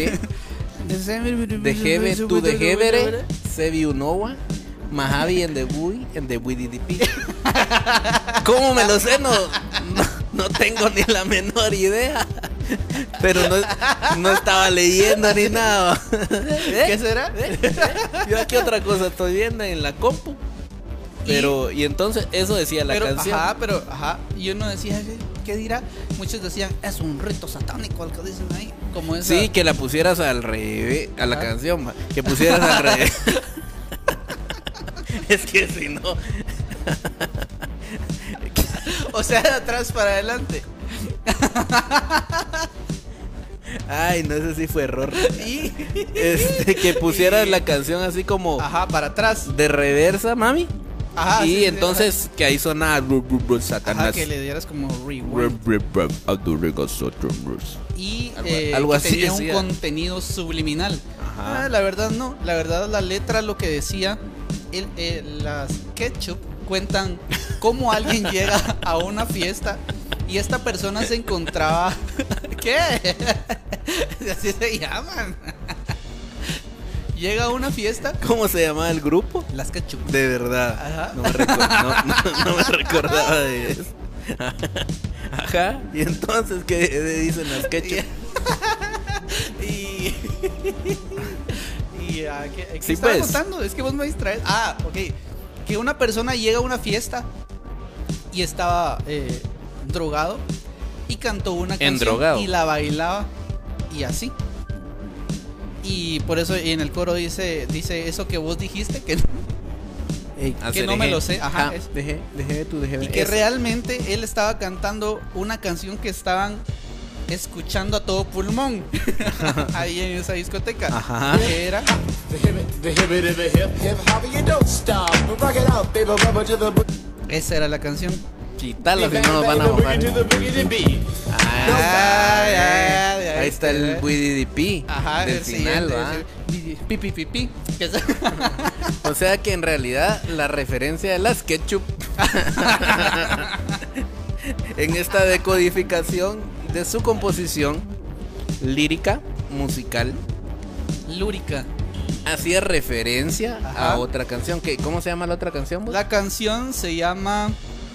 De Jeve, tú de Jevere, Sebi Unowa, Mahavi en the Bui, en the Wididp. ¿Cómo me lo sé? No tengo ni la menor idea. Pero no estaba leyendo ni nada. ¿Qué será? Yo aquí otra cosa estoy viendo en la compu. Pero, y entonces eso decía la canción. Ajá, y uno decía, ¿qué dirá? Muchos decían, es un rito satánico, el que dicen ahí. Como esa... Sí, que la pusieras al revés, a la canción, ma, que pusieras al revés. Es que si no. O sea, de atrás para adelante. Ay, no sé si fue error. Que pusieras la canción así como Ajá, para atrás. de reversa, mami. Ajá, Y sí, entonces que ahí sonaba Satanás. Ajá, que le dieras como rewind. Y algo que así tenía un decía. contenido subliminal. Ajá. La verdad no, la verdad la letra lo que decía, las Ketchup cuentan cómo alguien llega a una fiesta y esta persona se encontraba... ¿Qué? Así se llaman. Llega a una fiesta. ¿Cómo se llamaba el grupo? Las Ketchup. De verdad. Ajá. No me recordaba de eso. Ajá. Y entonces, ¿qué dicen las ketchup? ¿Qué Sí, estaba pues. contando? Es que vos me distraes. Ah, ok. Que una persona llega a una fiesta y estaba drogado y cantó una canción Endrogado. y la bailaba y así. Y por eso en el coro dice eso que vos dijiste que no me lo sé. Ajá. Dejé Y que realmente él estaba cantando una canción que estaban escuchando a todo pulmón ahí en esa discoteca. Ajá. Que era esa era la canción. Quítalo, si no nos van a mojar. Ahí está el WDDP Ajá, del el final, siguiente, ¿va? pi, pi, pi, pi. Que es- O sea que en realidad la referencia de las ketchup en esta decodificación de su composición lírica, musical, Lúrica. hacía referencia Ajá. a otra canción. ¿Cómo se llama la otra canción, vos? La canción se llama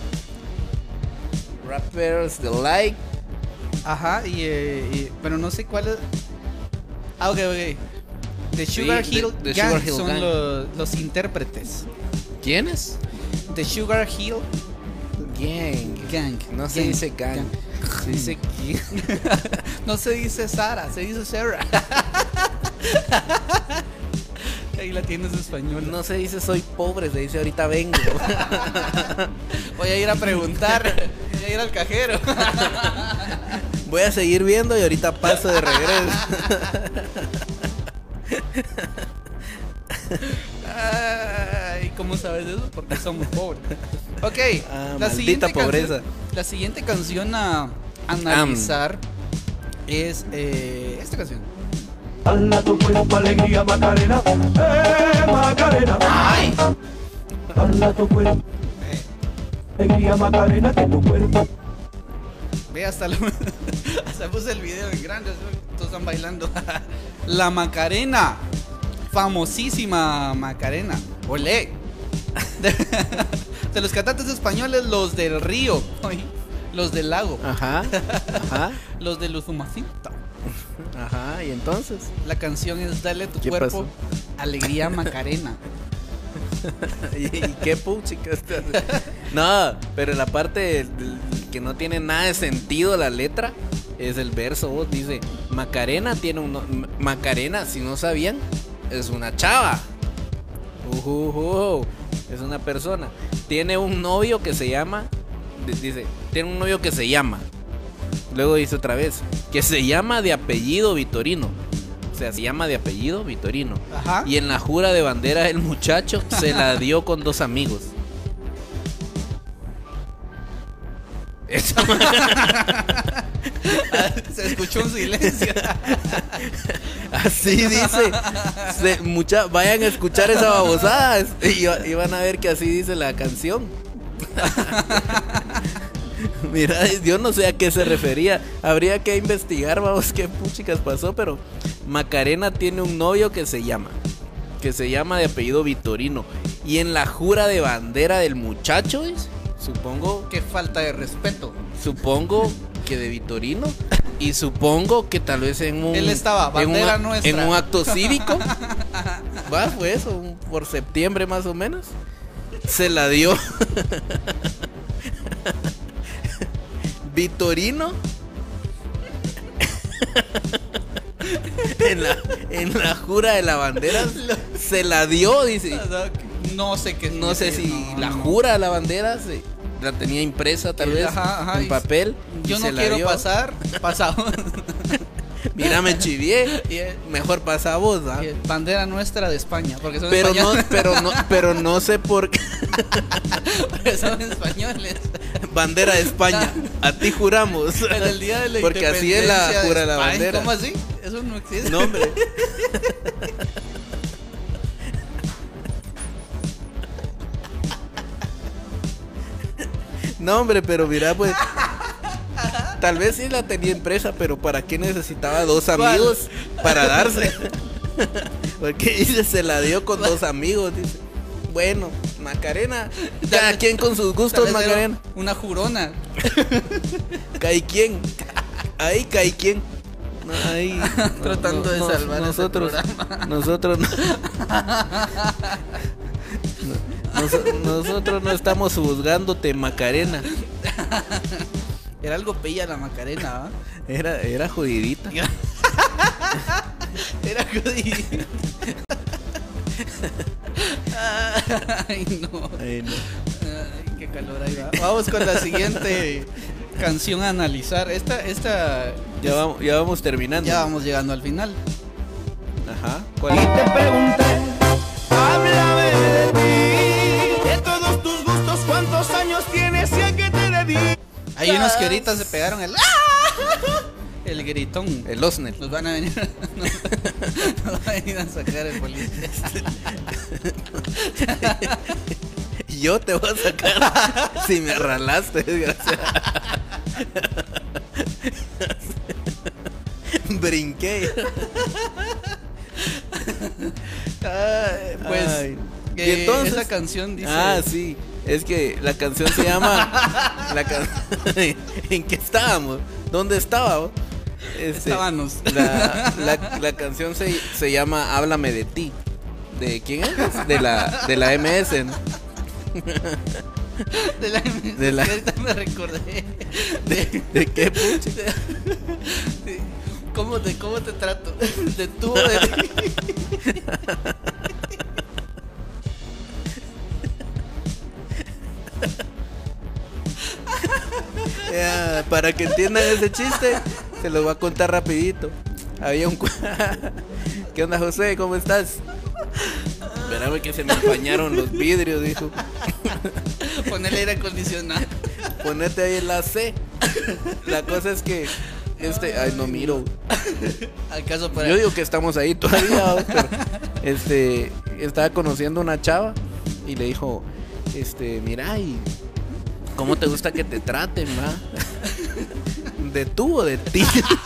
Rappers Delight. ajá, pero no sé cuál es. Ah, ok. The Sugar Sí, Hill The Gang Sugar Hill son Gang. los intérpretes. ¿Quiénes? The Sugar Hill Gang. Gang. No se dice gang. Se dice No se dice Sara, se dice Sarah. Ahí la tienes en español. no se dice soy pobre, se dice ahorita vengo. Voy a ir a preguntar. Voy a ir al cajero. Voy a seguir viendo y ahorita paso de regreso. Ay, ¿cómo sabes eso? Porque somos pobres. Ok, Maldita pobreza. La siguiente canción a analizar es esta canción. Dala tu cuerpo, alegría, Macarena. Macarena. ¡Ay! Dala tu cuerpo. Alegría, Macarena, que tu cuerpo. Ve, hasta puse el video en grande. Todos están bailando. La Macarena. Famosísima Macarena. Olé. De los cantantes españoles, los del río. Los del lago. Ajá. Los de Luzumacita. Ajá, y entonces. La canción es Dale tu ¿Qué cuerpo, pasó? alegría Macarena. ¿Y qué puchica estás? No, pero la parte que no tiene nada de sentido la letra es el verso. Vos dice Macarena tiene Macarena, si no sabían, es una chava. Es una persona. Tiene un novio que se llama. Dice, tiene un novio que se llama. Luego dice otra vez, que se llama de apellido Vitorino. O sea, se llama de apellido Vitorino. Ajá. Y en la jura de bandera el muchacho se la dio con 2 amigos. Eso. Se escuchó un silencio. Así dice. Vayan a escuchar esa babosada y van a ver que así dice la canción. Mira, yo no sé a qué se refería. Habría que investigar, vamos, qué puchicas pasó. Pero Macarena tiene un novio que se llama de apellido Vitorino. Y en la jura de bandera del muchacho, supongo. Qué falta de respeto. Supongo que de Vitorino. Y supongo que tal vez en un. Él estaba, bandera nuestra. En un acto cívico. Fue eso, por septiembre más o menos. Se la dio. Vitorino en la jura de la bandera se la dio, dice. No sé qué. No sé si la jura de la bandera la tenía impresa tal vez en papel. Yo no quiero pasar. Pasamos. Mira, me chivié. Mejor pasa vos, ¿ah? Bandera nuestra de España, porque son pero españoles. pero no sé por qué. Porque son españoles. Bandera de España. A ti juramos. En el día de la porque así es la jura de la bandera. ¿Cómo así? Eso no existe. No, hombre. No, hombre, pero mira, pues. Tal vez sí la tenía impresa, pero ¿para qué necesitaba 2 amigos para darse? Porque dice, se la dio con 2 amigos. Dice, bueno, Macarena, cada quien con sus gustos, Macarena. Una jurona. ¿Caí quién? Ahí caí quién. Ahí, tratando de salvar nosotros nosotros no estamos juzgándote, Macarena. Era algo pella la Macarena, ¿eh? Era jodidita. Era jodidita. Ay, no. Ay, qué calor ahí va. Vamos con la siguiente canción a analizar. Esta ya vamos terminando. Ya vamos llegando al final. Ajá. Y te pregunté, háblame de ti, de todos tus gustos, cuántos años tienes y a qué te dedicas. Hay unos que ahorita se pegaron el gritón. El Osner. Nos van a venir nos van a venir a sacar el policía. Yo te voy a sacar si me ralaste, desgraciado. Brinqué. Pues ay. Y entonces, esa canción dice. Ah, sí. Es que la canción se llama. ¿En qué estábamos? ¿Dónde estábamos? Estábamos. La canción se llama Háblame de ti. ¿De quién es? De la MS, ¿no? De la MS. De la... Ahorita me recordé. ¿De qué puche? ¿Cómo te trato? De tú o de ti. Yeah, para que entiendan ese chiste, se los voy a contar rapidito. Había un... ¿Qué onda, José? ¿Cómo estás? Espérame que se me empañaron los vidrios, dijo. Ponerle aire acondicionado. Ponete ahí la C. La cosa es que ay, no miro. ¿Acaso para Yo digo que estamos ahí todavía, pero estaba conociendo una chava y le dijo, mira, ¿y cómo te gusta que te traten, va? ¿De tú o de ti?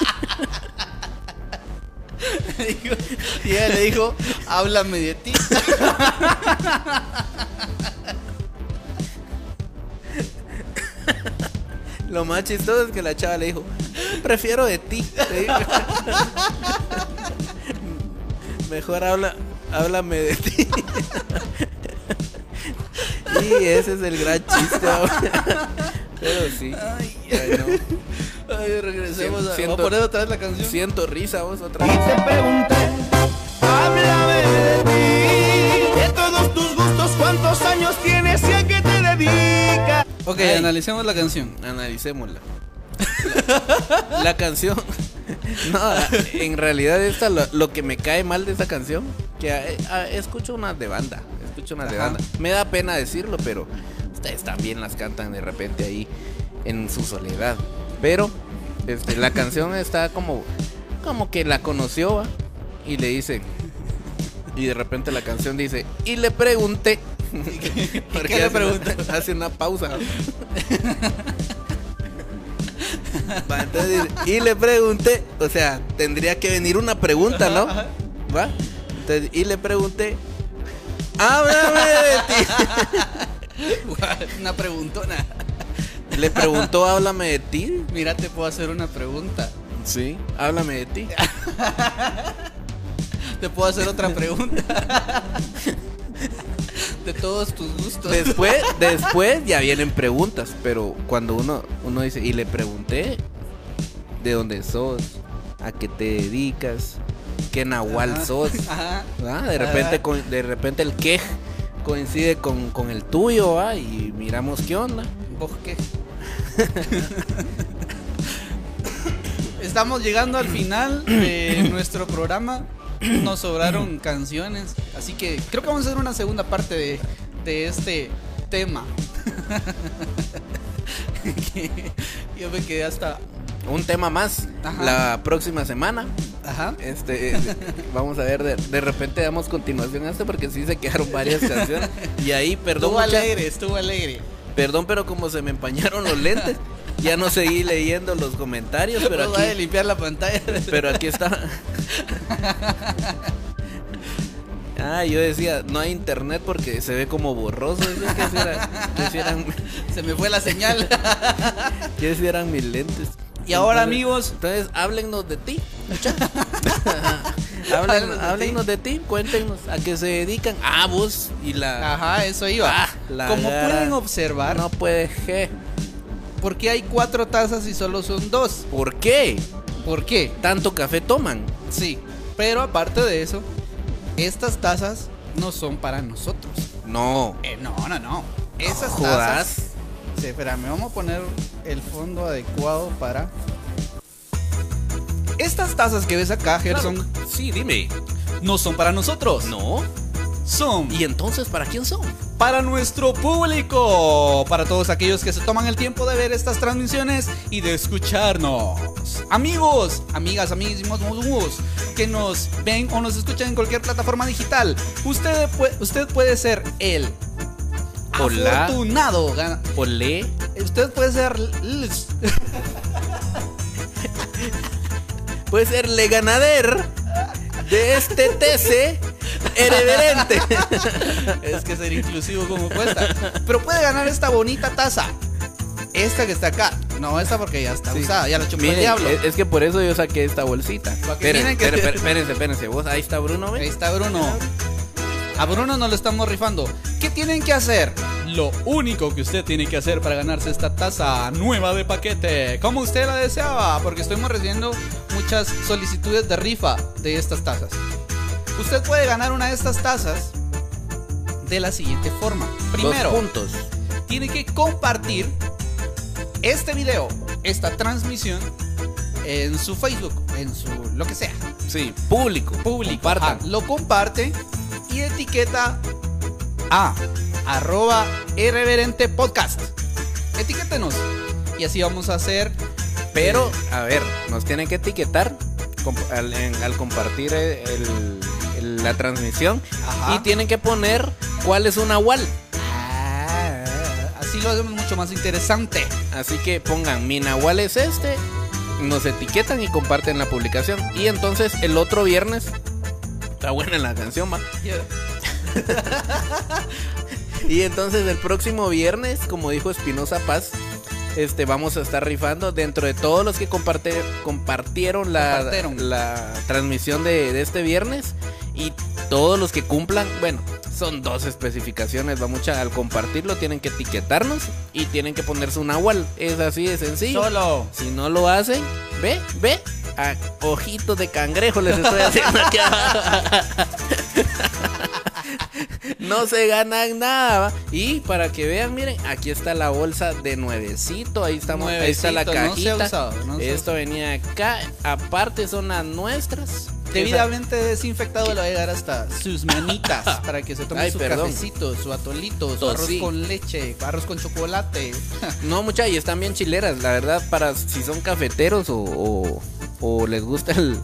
Y ella le dijo, háblame de ti. Lo más chistoso es que la chava le dijo, prefiero de ti. Le dijo. Mejor háblame de ti. Y ese es el gran chiste ahora. Pero sí. Ay, no. Ay, regresemos a... Siento- ¿Vamos a poner otra vez la canción? Siento risa, vos otra Y vez. te pregunté, háblame de ti, de todos tus gustos, cuántos años tienes y a qué te dedicas. Ok, Ay. analicemos la canción. Analicémosla. La canción. No, en realidad lo que me cae mal de esta canción, que escucho unas de banda. Escucho unas de Ajá. banda. Me da pena decirlo, pero ustedes también las cantan de repente ahí en su soledad. Pero la canción está como que la conoció, ¿va? Y le dice, y de repente la canción dice, y le pregunté. Porque qué le hace pregunté? hace una pausa. Va, entonces, y le pregunté, o sea, tendría que venir una pregunta, ¿no? ¿Va? Entonces, y le pregunté, háblame de ti. Una preguntona. Le preguntó, háblame de ti. Mira, te puedo hacer una pregunta. Sí, háblame de ti. Te puedo hacer otra pregunta. De todos tus gustos. Después ya vienen preguntas, pero cuando uno dice, y le pregunté, ¿de dónde sos? ¿A qué te dedicas? ¿Qué nahual Ajá. sos? Ajá. ¿Va? De repente el quej coincide con el tuyo, ¿va? Y miramos qué onda. ¿Vos qué? Estamos llegando al final de nuestro programa. Nos sobraron canciones, así que creo que vamos a hacer una segunda parte de este tema. Que yo me quedé hasta... Un tema más. Ajá. La próxima semana. Ajá. Vamos a ver, de repente damos continuación a esto porque sí se quedaron varias canciones. Y ahí, perdón, Estuvo alegre. perdón, pero como se me empañaron los lentes, ya no seguí leyendo los comentarios, pero Vos vas a aquí, limpiar la pantalla. pero aquí está. Yo decía, no hay internet porque se ve como borroso. ¿Qué si eran Se me fue la señal. mis lentes? Y ahora, Entonces- amigos, Entonces, háblennos de ti, muchachos. Háblenos de Háblennos de ti, cuéntenos a qué se dedican. Vos y la... ajá, eso iba. la Como gara. pueden observar, No puede G. ¿por qué hay 4 tazas y solo son 2? ¿Por qué? ¿Por qué? ¿Tanto café toman? Sí, pero aparte de eso, estas tazas no son para nosotros. No. No. Esas Jodas. tazas. Sí, espérame, vamos a poner el fondo adecuado para. Estas tazas que ves acá, Gerson, Sí, dime. no son para nosotros. No. Son ¿Y entonces para quién son? para nuestro público, para todos aquellos que se toman el tiempo de ver estas transmisiones y de escucharnos. Amigos, amigas, amiguísimos, que nos ven o nos escuchan en cualquier plataforma digital, usted puede ser el Hola. afortunado. Olé. Usted puede ser Puede ser le ganader de este TC hereverente. es que ser inclusivo como cuesta, pero puede ganar esta bonita taza. Esta que está acá. No, esta porque ya está Sí. usada, ya la chupó el Miren, diablo. es que por eso yo saqué esta bolsita. Para que miren que- Espérense. Vos, ahí está Bruno, Ahí ¿ves? está Bruno. A Bruno no lo estamos rifando. ¿Qué tienen que hacer? Lo único que usted tiene que hacer para ganarse esta taza nueva de paquete, como usted la deseaba, porque estamos recibiendo muchas solicitudes de rifa de estas tazas. Usted puede ganar una de estas tazas de la siguiente forma. Primero, 2 puntos. tiene que compartir este video, esta transmisión en su Facebook, en su lo que sea. Sí, público. Público. Compartan. Ajá, lo comparte y etiqueta a @irreverentepodcast. Etiquétenos y así vamos a hacer. Pero, a ver, nos tienen que etiquetar al compartir la transmisión. Ajá. Y tienen que poner cuál es un nahual. Así lo hacemos mucho más interesante. Así que pongan mi nahual es este, nos etiquetan y comparten la publicación. Y entonces el otro viernes, está buena la canción, ¿va? Y entonces el próximo viernes, como dijo Espinosa Paz, vamos a estar rifando dentro de todos los que compartieron la transmisión de este viernes. Y todos los que cumplan, bueno, son 2 especificaciones, al compartirlo tienen que etiquetarnos y tienen que ponerse un nahual. Es así de sencillo. Solo. Si no lo hacen, ve, a ojitos de cangrejo les estoy haciendo aquí abajo. No se ganan nada, ¿va? Y para que vean, miren, aquí está la bolsa de nuevecito. Ahí estamos, ahí está la cajita. No se ha usado, Esto venía acá. Aparte son las nuestras. Debidamente desinfectado, le va a llegar hasta sus manitas para que se tome su cafecito, su atolito, su arroz con leche, arroz con chocolate. No, muchachos, y están bien chileras, la verdad, para si son cafeteros o les gusta el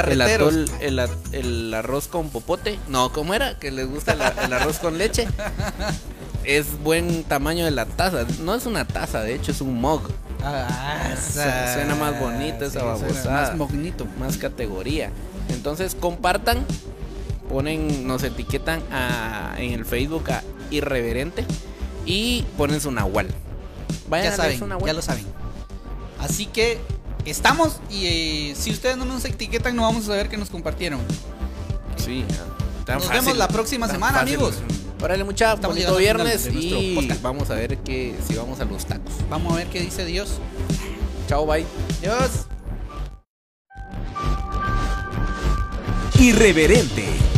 arroz con popote. No, ¿cómo era? Que les gusta el arroz con leche. Es buen tamaño de la taza. No es una taza, de hecho es un mug. Suena más bonito esa babosada. Más mognito. Más categoría. Entonces compartan, nos etiquetan en el Facebook a Irreverente y ponen su nahual. Ya lo saben. Así que estamos y si ustedes no nos etiquetan no vamos a saber que nos compartieron. Sí. Nos vemos la próxima semana, amigos. Órale, mucha, bonito viernes y podcast. Vamos a ver si vamos a los tacos. Vamos a ver qué dice Dios. Chao, bye. Dios. Irreverente.